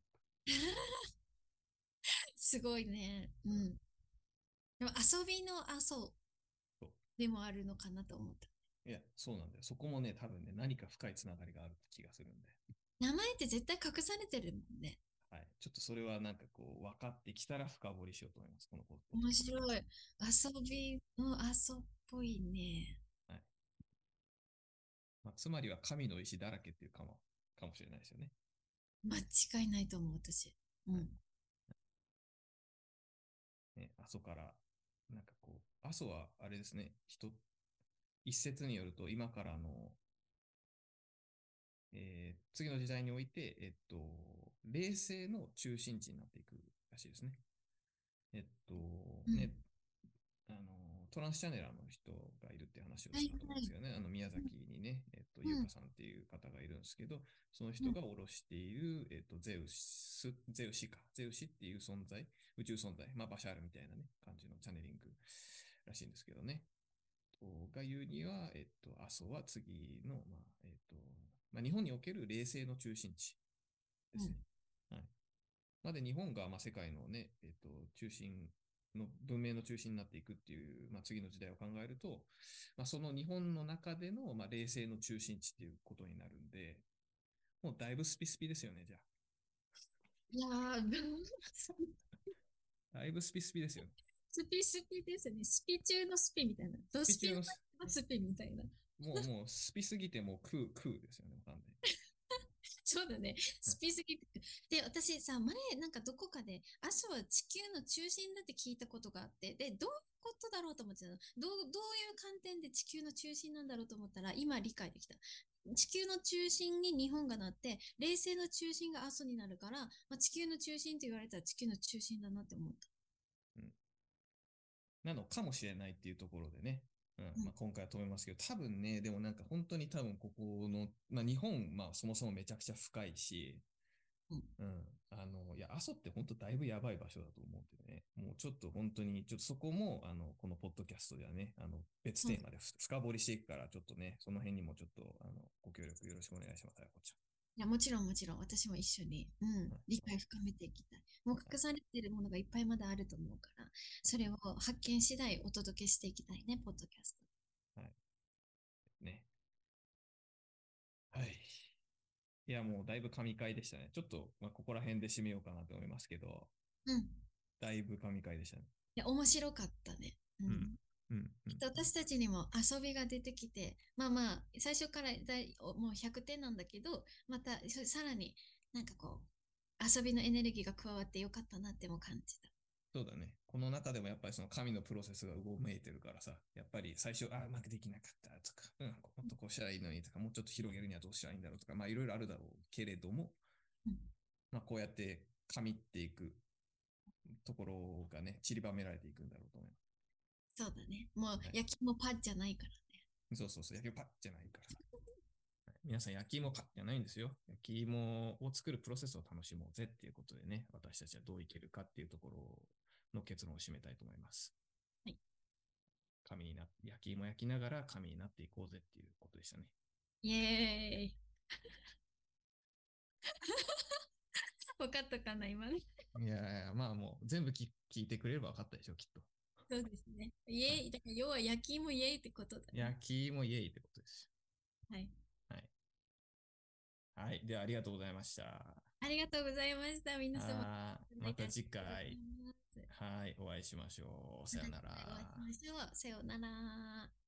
S2: すごいね。う
S1: うん。
S2: ん。でも遊びの遊
S1: そう。
S2: でもあるのかなと思った。
S1: いや、そうなんだよ。そこもね、多分ね、何か深いつながりがある気がするんで。
S2: 名前って絶対隠されてるもんね。
S1: はい。ちょっとそれはなんかこう、分かってきたら深掘りしようと思います。このポッドキ
S2: 面
S1: ャスト。
S2: 白い。遊びの遊っぽいね。
S1: はい。まあ、つまりは神の石だらけっていうかもしれないですよね。
S2: 間違いないと思う、私。う
S1: はい。
S2: ん。
S1: ね、阿蘇から、なんかこう、阿蘇はあれですね、一説によると、今からの、次の時代において、冷静の中心地になっていくらしいですね。
S2: うん。
S1: ね、 トランスチャネラーの人がいるって話を
S2: はい
S1: したと思
S2: はい。
S1: うんですけどね、宮
S2: うん
S1: 崎にね、
S2: うん。
S1: ゆうかさんっていう方がいるんですけど、その
S2: うん。
S1: 人が下ろしている、ゼウシか、ゼウシっていう存在、宇宙存在、まあ、バシャールみたいなね、感じのチャネリングらしいんですけどね、が言うには、阿蘇は次の、まあ、日本における冷静の中心地ですね。
S2: うん。
S1: はい。まで日本がまあ世界のね、中心の文明の中心になっていくっていう、まあ、次の時代を考えると、まあ、その日本の中での、まあ、冷静の中心地っていうことになるんで、もうだいぶスピスピですよね、じゃ
S2: いやー、
S1: あ。だいぶスピスピですよね。
S2: スピスピですね。スピ中のスピみたいな。
S1: ス
S2: ドスピの
S1: ピ中の
S2: スピみたいな。
S1: もうスピすぎてもう空ですよね、完全に。
S2: そうだね。
S1: はい。
S2: スピすぎて。で、私さ、前、なんかどこかで、阿蘇は地球の中心だって聞いたことがあって、で、どういうことだろうと思ってたの。どういう観点で地球の中心なんだろうと思ったら、今理解できた。地球の中心に日本がなって、冷星の中心が阿蘇になるから、まあ、地球の中心と言われたら地球の中心だなって思った。
S1: うん、なのかもしれないっていうところでね、まあ、今回は止めますけど、多分ね、でもなんか本当に多分ここの、まあ、日本、まあ、そもそもめちゃくちゃ深いし、
S2: うん。
S1: うん。いや、阿蘇って本当だいぶやばい場所だと思うんでね、もうちょっと本当に、ちょっとそこも、このポッドキャストではね、別
S2: うん。
S1: テーマで深掘りしていくから、ちょっとね、その辺にもちょっと、ご協力よろしくお願いします、あやこち
S2: いや、もちろんもちろん、私も一緒に、うん、
S1: ゃん。はい。
S2: 理解深めていきたい。もう
S1: はい。
S2: 隠されているものがいっぱいまだあると思うから、それを発見次第お届けしていきたいね、ポッドキャスト。
S1: はい。ね。はい。いや、もうだいぶ神回でしたね。ちょっと、まあ、ここら辺で締めようかなと思いますけど、
S2: うん。い
S1: だいぶ神回でしたね。
S2: や、面白かったね。う
S1: うん。
S2: ん。
S1: うん。うん。
S2: 私たちにも遊びが出てきて、まあまあ、最初からもう100点なんだけど、またさらになんかこう、遊びのエネルギーが加わってよかったなっても感じた。
S1: そうだね。この中でもやっぱりその神のプロセスがうごめいてるからさ、やっぱり最初、うまくできなかったとか、もっとこうしたらいいのにとか、もうちょっと広げるにはどうしたらいいんだろうとか、まあいろいろあるだろうけれども、
S2: うん。
S1: まあこうやって神っていくところがね、散りばめられていくんだろうと思いま
S2: そうだね。もう
S1: す。はい。
S2: 焼きもパンじゃないからね。
S1: そうそうそう、焼き芋パッじゃないからさ。はい、皆さん焼き芋パッじゃないんですよ。焼き芋を作るプロセスを楽しもうぜっていうことでね、私たちはどういけるかっていうところの結論を締めたいと思います。
S2: はい。
S1: 神にな、焼き芋焼きながら神になっていこうぜっていうことでしたね。
S2: イエーイ。分かったかな、今ね。
S1: いやいや、まあもう全部聞いてくれれば分かったでしょ、きっと。
S2: そうですね。イ
S1: はい。
S2: エーイ。だから要は焼き芋イエーイってことだね。
S1: 焼き芋イエイってことです。
S2: はい。
S1: はい。はい。ではありがとうございました。
S2: ありがとうございました。皆様、お願いいたし
S1: また次回、
S2: ます。
S1: はい、お会いしましょう。さよな
S2: はい、お会いし
S1: ら。
S2: ましょう。さようなら。